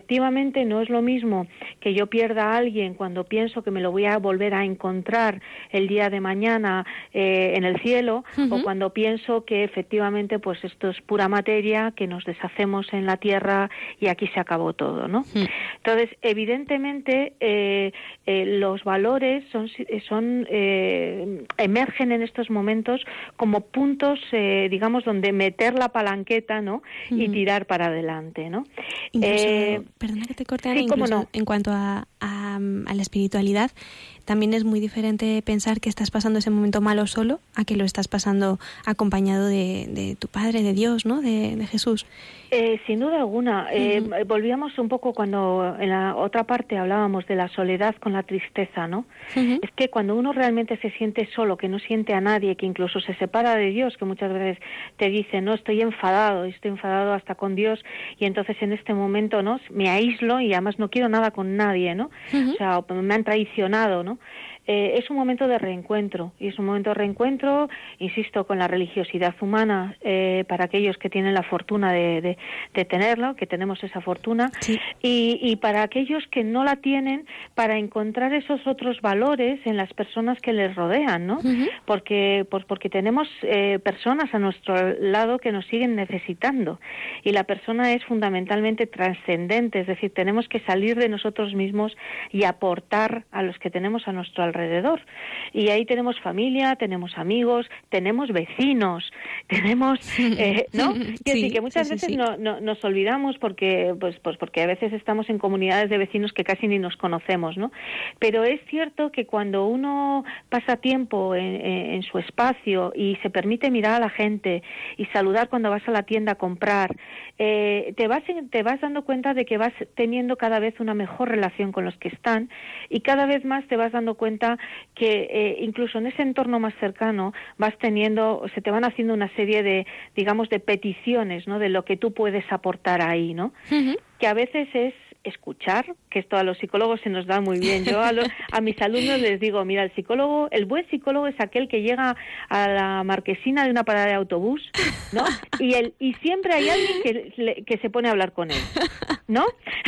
efectivamente no es lo mismo que yo pierda a alguien cuando pienso que me lo voy a volver a encontrar el día de mañana eh, en el cielo, uh-huh. o cuando pienso que efectivamente pues esto es pura materia, que nos deshacemos en la tierra y aquí se acabó todo, ¿no? Uh-huh. Entonces, evidentemente, eh, eh, los valores son, son eh, emergen en estos momentos como puntos, eh, digamos, donde meter la palanqueta, ¿no? Uh-huh. Y tirar para adelante, ¿no? Incluso, eh, perdona que te corte, Ana, sí, incluso no. en cuanto a, a, a la espiritualidad, también es muy diferente pensar que estás pasando ese momento malo solo a que lo estás pasando acompañado de, de tu Padre, de Dios, ¿no? De, de Jesús. Eh, sin duda alguna. Eh, uh-huh. Volvíamos un poco cuando en la otra parte hablábamos de la soledad con la tristeza, ¿no? Uh-huh. Es que cuando uno realmente se siente solo, que no siente a nadie, que incluso se separa de Dios, que muchas veces te dice, no, estoy enfadado, estoy enfadado hasta con Dios, y entonces en este momento, ¿no? Me aíslo y además no quiero nada con nadie, ¿no? Uh-huh. O sea, me han traicionado, ¿no? Eh, es un momento de reencuentro, y es un momento de reencuentro, insisto, con la religiosidad humana, eh, para aquellos que tienen la fortuna de, de, de tenerlo, que tenemos esa fortuna, sí. y, y para aquellos que no la tienen, para encontrar esos otros valores en las personas que les rodean, ¿no? Uh-huh. Porque, pues porque tenemos eh, personas a nuestro lado que nos siguen necesitando, y la persona es fundamentalmente trascendente, es decir, tenemos que salir de nosotros mismos y aportar a los que tenemos a nuestro alrededor. alrededor. Y ahí tenemos familia, tenemos amigos, tenemos vecinos, tenemos, eh, ¿no? Quiero sí, decir que muchas sí, veces sí. No, no, nos olvidamos porque, pues, pues porque a veces estamos en comunidades de vecinos que casi ni nos conocemos, ¿no? Pero es cierto que cuando uno pasa tiempo en, en su espacio y se permite mirar a la gente y saludar cuando vas a la tienda a comprar, eh, te vas te vas dando cuenta de que vas teniendo cada vez una mejor relación con los que están, y cada vez más te vas dando cuenta que eh, incluso en ese entorno más cercano vas teniendo, se te van haciendo una serie de, digamos, de peticiones, ¿no? De lo que tú puedes aportar ahí, ¿no? Uh-huh. Que a veces es escuchar, que esto a los psicólogos se nos da muy bien. Yo a, los, a mis alumnos les digo, mira, el psicólogo, el buen psicólogo es aquel que llega a la marquesina de una parada de autobús, ¿no? Y el y siempre hay alguien que, que se pone a hablar con él, ¿no?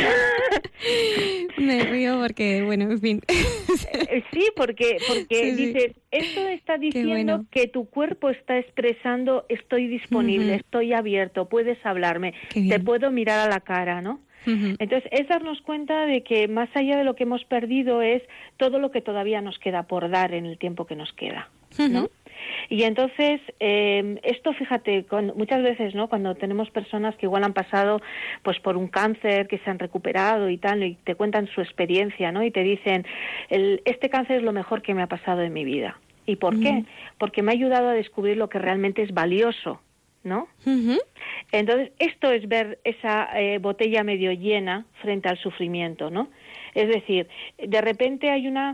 Me río porque, bueno, en fin. Sí, porque porque sí, sí. dices, esto está diciendo bueno. que tu cuerpo está expresando, estoy disponible, uh-huh. estoy abierto, puedes hablarme, te puedo mirar a la cara, ¿no? Uh-huh. Entonces, es darnos cuenta de que más allá de lo que hemos perdido es todo lo que todavía nos queda por dar en el tiempo que nos queda, ¿no? Uh-huh. Y entonces, eh, esto, fíjate, con, muchas veces, ¿no? Cuando tenemos personas que igual han pasado pues por un cáncer, que se han recuperado y tal, y te cuentan su experiencia, ¿no? Y te dicen, el, este cáncer es lo mejor que me ha pasado en mi vida. ¿Y por uh-huh. qué? Porque me ha ayudado a descubrir lo que realmente es valioso, ¿no? Uh-huh. Entonces, esto es ver esa eh, botella medio llena frente al sufrimiento, ¿no? Es decir, de repente hay una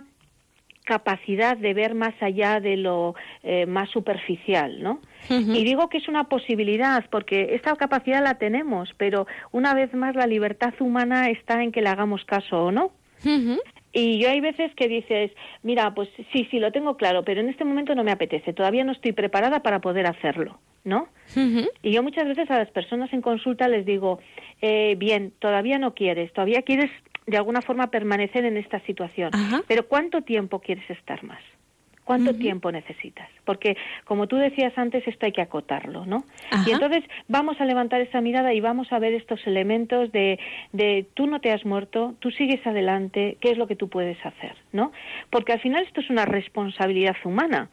capacidad de ver más allá de lo eh, más superficial, ¿no? Uh-huh. Y digo que es una posibilidad, porque esta capacidad la tenemos, pero una vez más la libertad humana está en que le hagamos caso o no. Uh-huh. Y yo hay veces que dices, mira, pues sí, sí, lo tengo claro, pero en este momento no me apetece, todavía no estoy preparada para poder hacerlo, ¿no? Uh-huh. Y yo muchas veces a las personas en consulta les digo, eh, bien, todavía no quieres, todavía quieres de alguna forma permanecer en esta situación, uh-huh. pero ¿cuánto tiempo quieres estar más? ¿Cuánto uh-huh. tiempo necesitas? Porque, como tú decías antes, esto hay que acotarlo, ¿no? Ajá. Y entonces vamos a levantar esa mirada y vamos a ver estos elementos de, de tú no te has muerto, tú sigues adelante, ¿qué es lo que tú puedes hacer, no? Porque al final esto es una responsabilidad humana.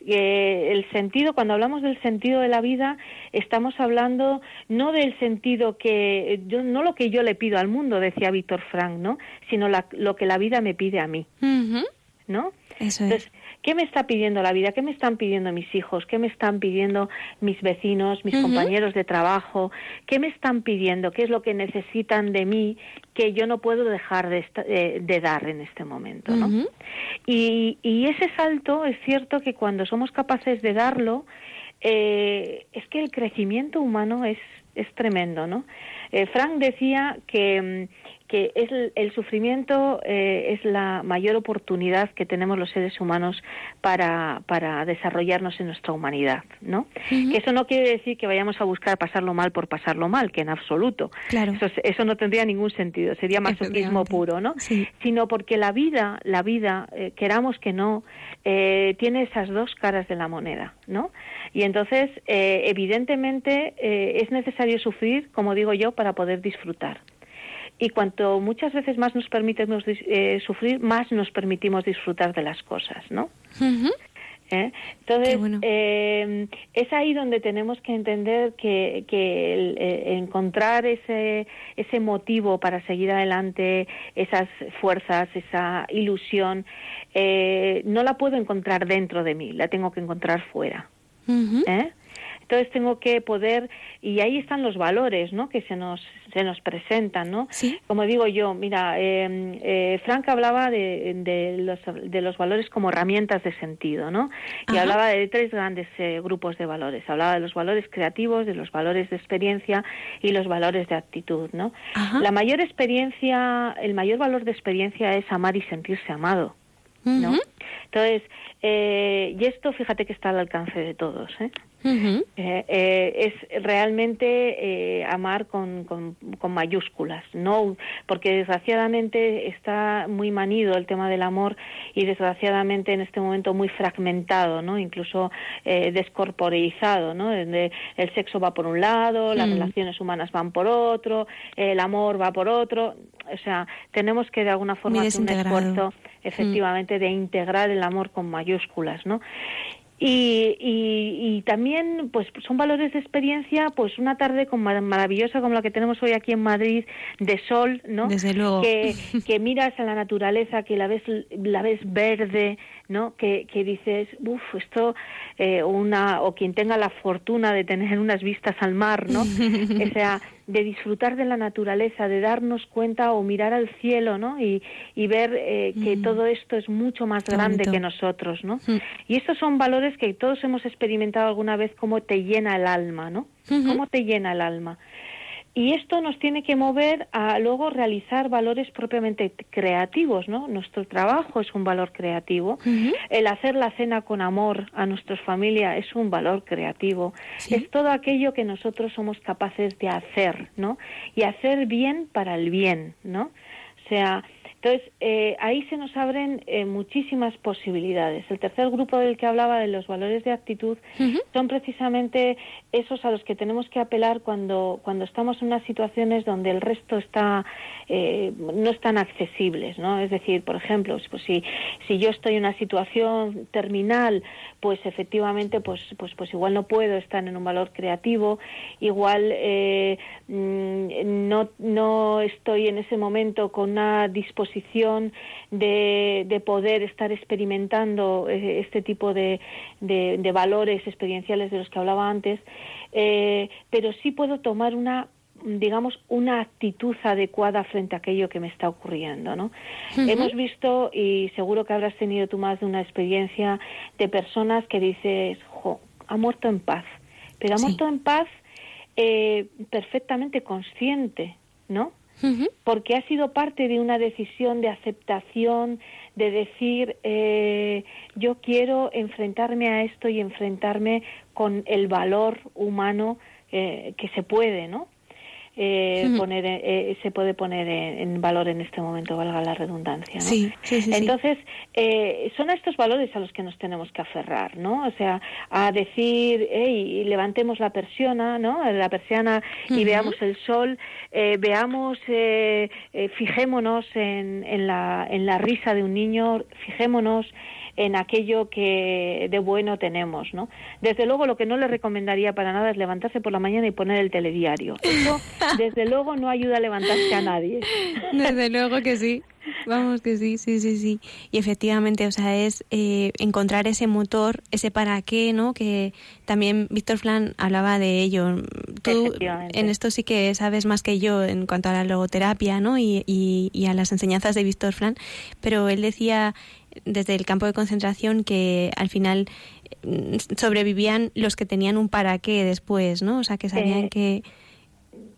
Eh, el sentido, cuando hablamos del sentido de la vida, estamos hablando no del sentido que, yo, no lo que yo le pido al mundo, decía Víctor Frank, ¿no? Sino la, lo que la vida me pide a mí, uh-huh. ¿no? Eso Entonces, es. ¿qué me está pidiendo la vida? ¿Qué me están pidiendo mis hijos? ¿Qué me están pidiendo mis vecinos, mis uh-huh. compañeros de trabajo? ¿Qué me están pidiendo? ¿Qué es lo que necesitan de mí que yo no puedo dejar de, esta, de, de dar en este momento, ¿no? Uh-huh. Y, y ese salto, es cierto que cuando somos capaces de darlo, eh, es que el crecimiento humano es, es tremendo, ¿no? Eh, Frank decía que... que que es el, el sufrimiento eh, es la mayor oportunidad que tenemos los seres humanos para, para desarrollarnos en nuestra humanidad, ¿no? Uh-huh. Que eso no quiere decir que vayamos a buscar pasarlo mal por pasarlo mal, que en absoluto. Claro. Eso, eso no tendría ningún sentido, sería masoquismo puro, ¿no? Sí. Sino porque la vida, la vida, eh, queramos que no, eh, tiene esas dos caras de la moneda, ¿no? Y entonces, eh, evidentemente, eh, es necesario sufrir, como digo yo, para poder disfrutar. Y cuanto muchas veces más nos permitimos eh, sufrir, más nos permitimos disfrutar de las cosas, ¿no? Uh-huh. ¿Eh? Entonces, bueno. eh, es ahí donde tenemos que entender que, que el, eh, encontrar ese, ese motivo para seguir adelante, esas fuerzas, esa ilusión, eh, no la puedo encontrar dentro de mí, la tengo que encontrar fuera. Uh-huh. ¿Eh? Entonces tengo que poder, y ahí están los valores, ¿no? Que se nos se nos presentan, ¿no? Sí. Como digo yo, mira, eh, eh, Frank hablaba de, de los de los valores como herramientas de sentido, ¿no? Y Ajá. hablaba de tres grandes eh, grupos de valores. Hablaba de los valores creativos, de los valores de experiencia y los valores de actitud, ¿no? Ajá. La mayor experiencia, el mayor valor de experiencia es amar y sentirse amado, ¿no? Uh-huh. Entonces, eh, y esto, fíjate que está al alcance de todos, ¿eh? Uh-huh. Eh, eh, es realmente eh, amar con, con, con mayúsculas, no, porque desgraciadamente está muy manido el tema del amor y desgraciadamente en este momento muy fragmentado, ¿no? Incluso eh, descorporeizado, ¿no? Donde el sexo va por un lado, las mm. relaciones humanas van por otro, el amor va por otro. O sea, tenemos que de alguna forma hacer un esfuerzo, efectivamente, mm. de integrar el amor con mayúsculas, ¿no? Y, y, y también pues son valores de experiencia, pues una tarde como maravillosa como la que tenemos hoy aquí en Madrid, de sol, ¿no? Desde luego. Que, que miras a la naturaleza, que la ves la ves verde, ¿no? Que, que dices, uff, esto, eh, una o quien tenga la fortuna de tener unas vistas al mar, ¿no? O sea, de disfrutar de la naturaleza, de darnos cuenta o mirar al cielo, ¿no? Y, y ver eh, que mm. todo esto es mucho más Qué grande bonito. Que nosotros, ¿no? Mm. Y estos son valores que todos hemos experimentado alguna vez, cómo te llena el alma, ¿no? Uh-huh. Cómo te llena el alma. Y esto nos tiene que mover a luego realizar valores propiamente creativos, ¿no? Nuestro trabajo es un valor creativo. Uh-huh. El hacer la cena con amor a nuestra familia es un valor creativo. ¿Sí? Es todo aquello que nosotros somos capaces de hacer, ¿no? Y hacer bien para el bien, ¿no? O sea, entonces eh, ahí se nos abren eh, muchísimas posibilidades. El tercer grupo del que hablaba, de los valores de actitud, uh-huh. son precisamente esos a los que tenemos que apelar cuando cuando estamos en unas situaciones donde el resto está eh, no están accesibles, ¿no? Es decir, por ejemplo, pues si si yo estoy en una situación terminal, pues efectivamente pues pues pues igual no puedo estar en un valor creativo, igual eh, no no estoy en ese momento con una disposición de, de poder estar experimentando este tipo de, de, de valores experienciales de los que hablaba antes, eh, pero sí puedo tomar una digamos, una actitud adecuada frente a aquello que me está ocurriendo, ¿no? Uh-huh. Hemos visto, y seguro que habrás tenido tú más de una experiencia, de personas que dices, jo, ha muerto en paz, pero ha sí. muerto en paz eh, perfectamente consciente, ¿no? Uh-huh. Porque ha sido parte de una decisión de aceptación, de decir, eh, yo quiero enfrentarme a esto y enfrentarme con el valor humano eh, que se puede, ¿no? Eh, uh-huh. poner eh, se puede poner en, en valor en este momento, valga la redundancia, ¿no? Sí, sí, sí, Entonces, eh, son a estos valores a los que nos tenemos que aferrar, ¿no? O sea, a decir, hey, levantemos la persiana, ¿no? La persiana y uh-huh. veamos el sol, eh, veamos, eh, eh, fijémonos en, en la en la risa de un niño, fijémonos en aquello que de bueno tenemos, ¿no? Desde luego, lo que no le recomendaría para nada es levantarse por la mañana y poner el telediario. Eso, desde luego, no ayuda a levantarse a nadie. Desde luego que sí. Vamos que sí, sí, sí, sí. Y efectivamente, o sea, es eh, encontrar ese motor, ese para qué, ¿no? Que también Víctor Frank hablaba de ello. Tú en esto sí que sabes más que yo en cuanto a la logoterapia, ¿no? Y, y, y a las enseñanzas de Víctor Frank, pero él decía desde el campo de concentración que al final sobrevivían los que tenían un para qué después, ¿no? O sea, que sabían eh, que...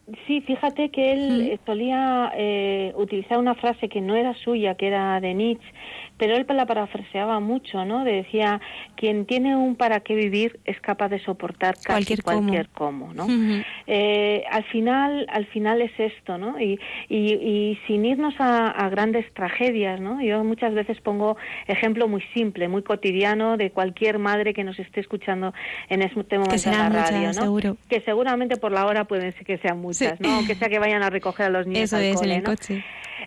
Sí, fíjate que él mm. solía eh, utilizar una frase que no era suya, que era de Nietzsche, pero él la parafraseaba mucho, ¿no? Decía, quien tiene un para qué vivir es capaz de soportar casi cualquier, cualquier cómo, ¿no? Uh-huh. Eh, al final, al final es esto, ¿no? Y, y, y sin irnos a, a grandes tragedias, ¿no? Yo muchas veces pongo ejemplo muy simple, muy cotidiano de cualquier madre que nos esté escuchando en este momento en la radio, muchas, ¿no? Seguro. Que seguramente por la hora pueden ser que sean muchas, sí. ¿no? Aunque sea que vayan a recoger a los niños Eso al es, cole, en el ¿no? coche.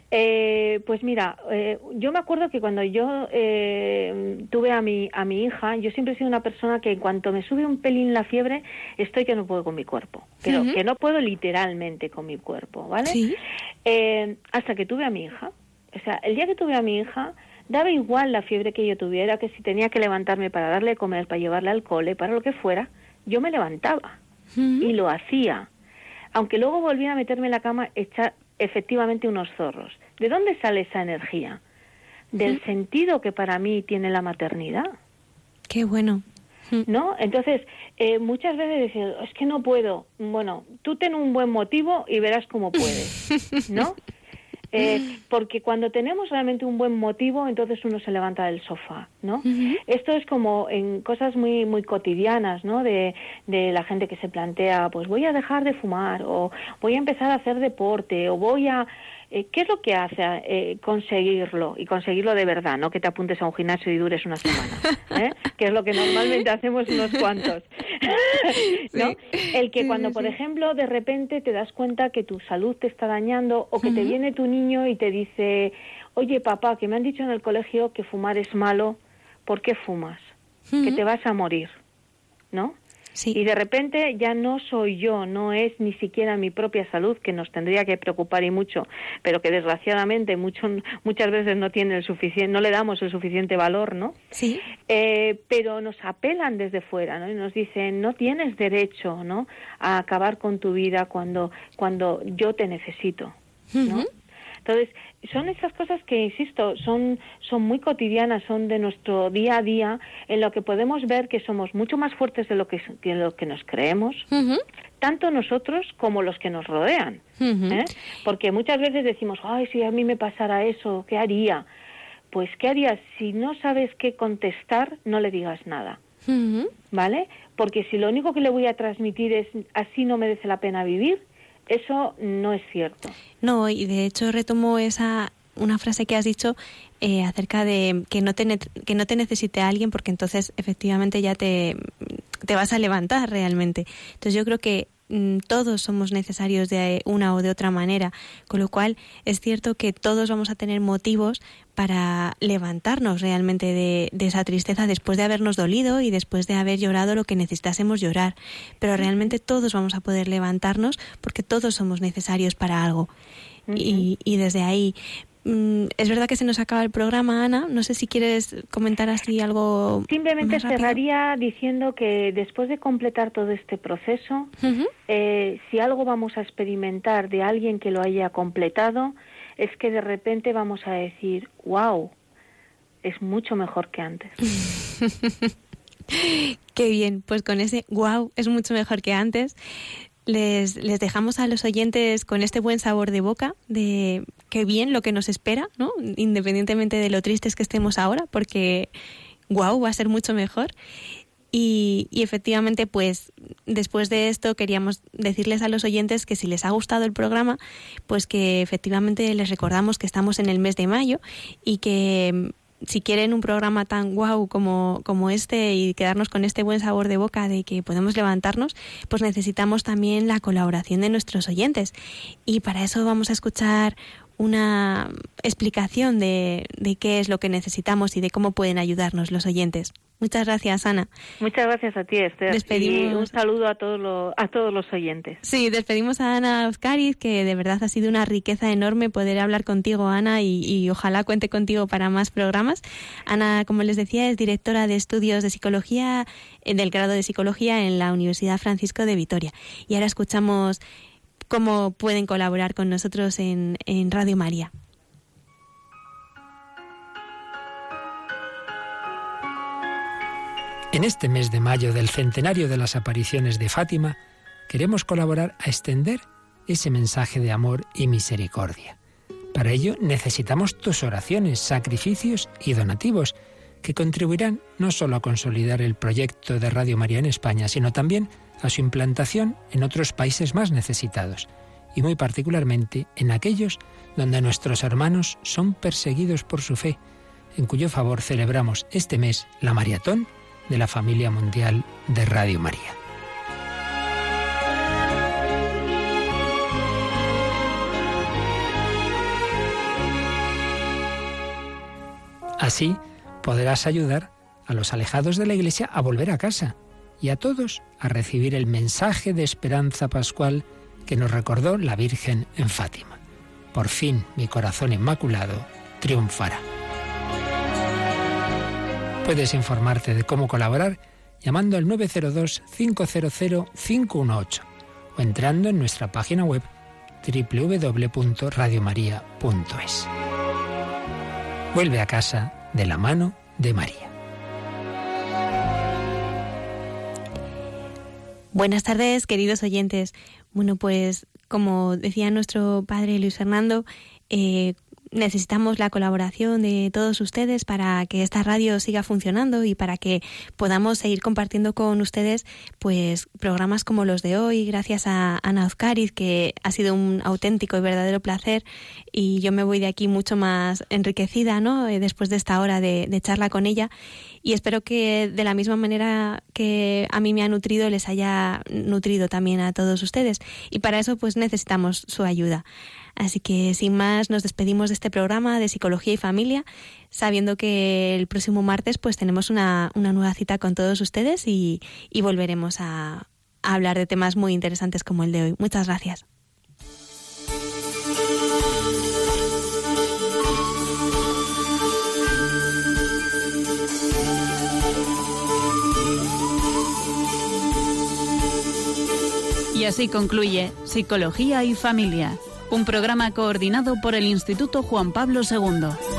Eh, pues mira, eh, yo me acuerdo que cuando yo eh, tuve a mi a mi hija, yo siempre he sido una persona que en cuanto me sube un pelín la fiebre, estoy que no puedo con mi cuerpo, pero uh-huh. que no puedo literalmente con mi cuerpo, ¿vale? Sí. Eh, hasta que tuve a mi hija, o sea, el día que tuve a mi hija, daba igual la fiebre que yo tuviera, que si tenía que levantarme para darle de comer, para llevarle al cole, para lo que fuera, yo me levantaba uh-huh. y lo hacía, aunque luego volviera a meterme en la cama, echar efectivamente unos zorros. ¿De dónde sale esa energía? Del ¿Sí? sentido que para mí tiene la maternidad. Qué bueno. ¿No? Entonces, eh, muchas veces decir, es que no puedo. Bueno, tú ten un buen motivo y verás cómo puedes, ¿no? Eh, porque cuando tenemos realmente un buen motivo, entonces uno se levanta del sofá, ¿no? Uh-huh. Esto es como en cosas muy muy cotidianas, ¿no? De, de la gente que se plantea, pues voy a dejar de fumar, o voy a empezar a hacer deporte, o voy a... Eh, ¿Qué es lo que hace eh, conseguirlo? Y conseguirlo de verdad, no que te apuntes a un gimnasio y dures una semana, ¿eh? Que es lo que normalmente hacemos unos cuantos, ¿no? Sí. El que cuando, por ejemplo, de repente te das cuenta que tu salud te está dañando, o que uh-huh. te viene tu niño y te dice, oye papá, que me han dicho en el colegio que fumar es malo, ¿por qué fumas? Uh-huh. Que te vas a morir, ¿no? Sí. Y de repente ya no soy yo, no es ni siquiera mi propia salud, que nos tendría que preocupar y mucho, pero que desgraciadamente mucho, muchas veces no tiene el suficiente, no le damos el suficiente valor, ¿no? Sí. Eh, pero nos apelan desde fuera, ¿no? Y nos dicen, no tienes derecho, ¿no?, a acabar con tu vida cuando cuando yo te necesito, ¿no? Uh-huh. Entonces, son esas cosas que, insisto, son son muy cotidianas, son de nuestro día a día, en lo que podemos ver que somos mucho más fuertes de lo que, de lo que nos creemos, uh-huh. tanto nosotros como los que nos rodean. Uh-huh. ¿eh? Porque muchas veces decimos, ay, si a mí me pasara eso, ¿qué haría? Pues, ¿qué harías? Si no sabes qué contestar, no le digas nada, uh-huh. ¿vale? Porque si lo único que le voy a transmitir es, así no merece la pena vivir, eso no es cierto. No, y de hecho retomo esa una frase que has dicho eh, acerca de que no te ne- que no te necesite a alguien, porque entonces efectivamente ya te, te vas a levantar realmente. Entonces yo creo que mm, todos somos necesarios de una o de otra manera, con lo cual es cierto que todos vamos a tener motivos para levantarnos realmente de, de esa tristeza después de habernos dolido y después de haber llorado lo que necesitásemos llorar. Pero realmente todos vamos a poder levantarnos porque todos somos necesarios para algo. Uh-huh. Y, y desde ahí... Es verdad que se nos acaba el programa, Ana. No sé si quieres comentar así algo. Simplemente más rápido. Cerraría diciendo que después de completar todo este proceso, uh-huh. eh, si algo vamos a experimentar de alguien que lo haya completado, es que de repente vamos a decir, wow, es mucho mejor que antes. Qué bien, pues con ese wow, es mucho mejor que antes. Les, les dejamos a los oyentes con este buen sabor de boca de qué bien lo que nos espera, ¿no? Independientemente de lo tristes que estemos ahora, porque wow, va a ser mucho mejor. Y, y efectivamente, pues después de esto queríamos decirles a los oyentes que si les ha gustado el programa, pues que efectivamente les recordamos que estamos en el mes de mayo y que si quieren un programa tan guau como, como este y quedarnos con este buen sabor de boca de que podemos levantarnos, pues necesitamos también la colaboración de nuestros oyentes. Y para eso vamos a escuchar una explicación de, de qué es lo que necesitamos y de cómo pueden ayudarnos los oyentes. Muchas gracias, Ana. Muchas gracias a ti, Esther. Despedimos... Y un saludo a todos los, a todos los oyentes. Sí, despedimos a Ana Oscariz, que de verdad ha sido una riqueza enorme poder hablar contigo, Ana, y, y ojalá cuente contigo para más programas. Ana, como les decía, es directora de estudios de psicología, del grado de psicología en la Universidad Francisco de Vitoria. Y ahora escuchamos cómo pueden colaborar con nosotros en, en Radio María. En este mes de mayo del centenario de las apariciones de Fátima, queremos colaborar a extender ese mensaje de amor y misericordia. Para ello necesitamos tus oraciones, sacrificios y donativos, que contribuirán no solo a consolidar el proyecto de Radio María en España, sino también a su implantación en otros países más necesitados, y muy particularmente en aquellos donde nuestros hermanos son perseguidos por su fe, en cuyo favor celebramos este mes la maratón de la familia mundial de Radio María. Así podrás ayudar a los alejados de la Iglesia a volver a casa y a todos a recibir el mensaje de esperanza pascual que nos recordó la Virgen en Fátima. Por fin mi corazón inmaculado triunfará. Puedes informarte de cómo colaborar llamando al nueve cero dos, cinco cero cero, cinco uno ocho o entrando en nuestra página web doble u doble u doble u punto radio maría punto es. Vuelve a casa de la mano de María. Buenas tardes, queridos oyentes. Bueno, pues como decía nuestro padre Luis Fernando, eh, necesitamos la colaboración de todos ustedes para que esta radio siga funcionando y para que podamos seguir compartiendo con ustedes pues programas como los de hoy, gracias a Ana Ozcariz, que ha sido un auténtico y verdadero placer, y yo me voy de aquí mucho más enriquecida, ¿no?, después de esta hora de, de charla con ella, y espero que de la misma manera que a mí me ha nutrido les haya nutrido también a todos ustedes, y para eso pues necesitamos su ayuda. Así que sin más nos despedimos de este programa de Psicología y Familia, sabiendo que el próximo martes pues tenemos una, una nueva cita con todos ustedes y, y volveremos a, a hablar de temas muy interesantes como el de hoy. Muchas gracias. Y así concluye Psicología y Familia, un programa coordinado por el Instituto Juan Pablo segundo.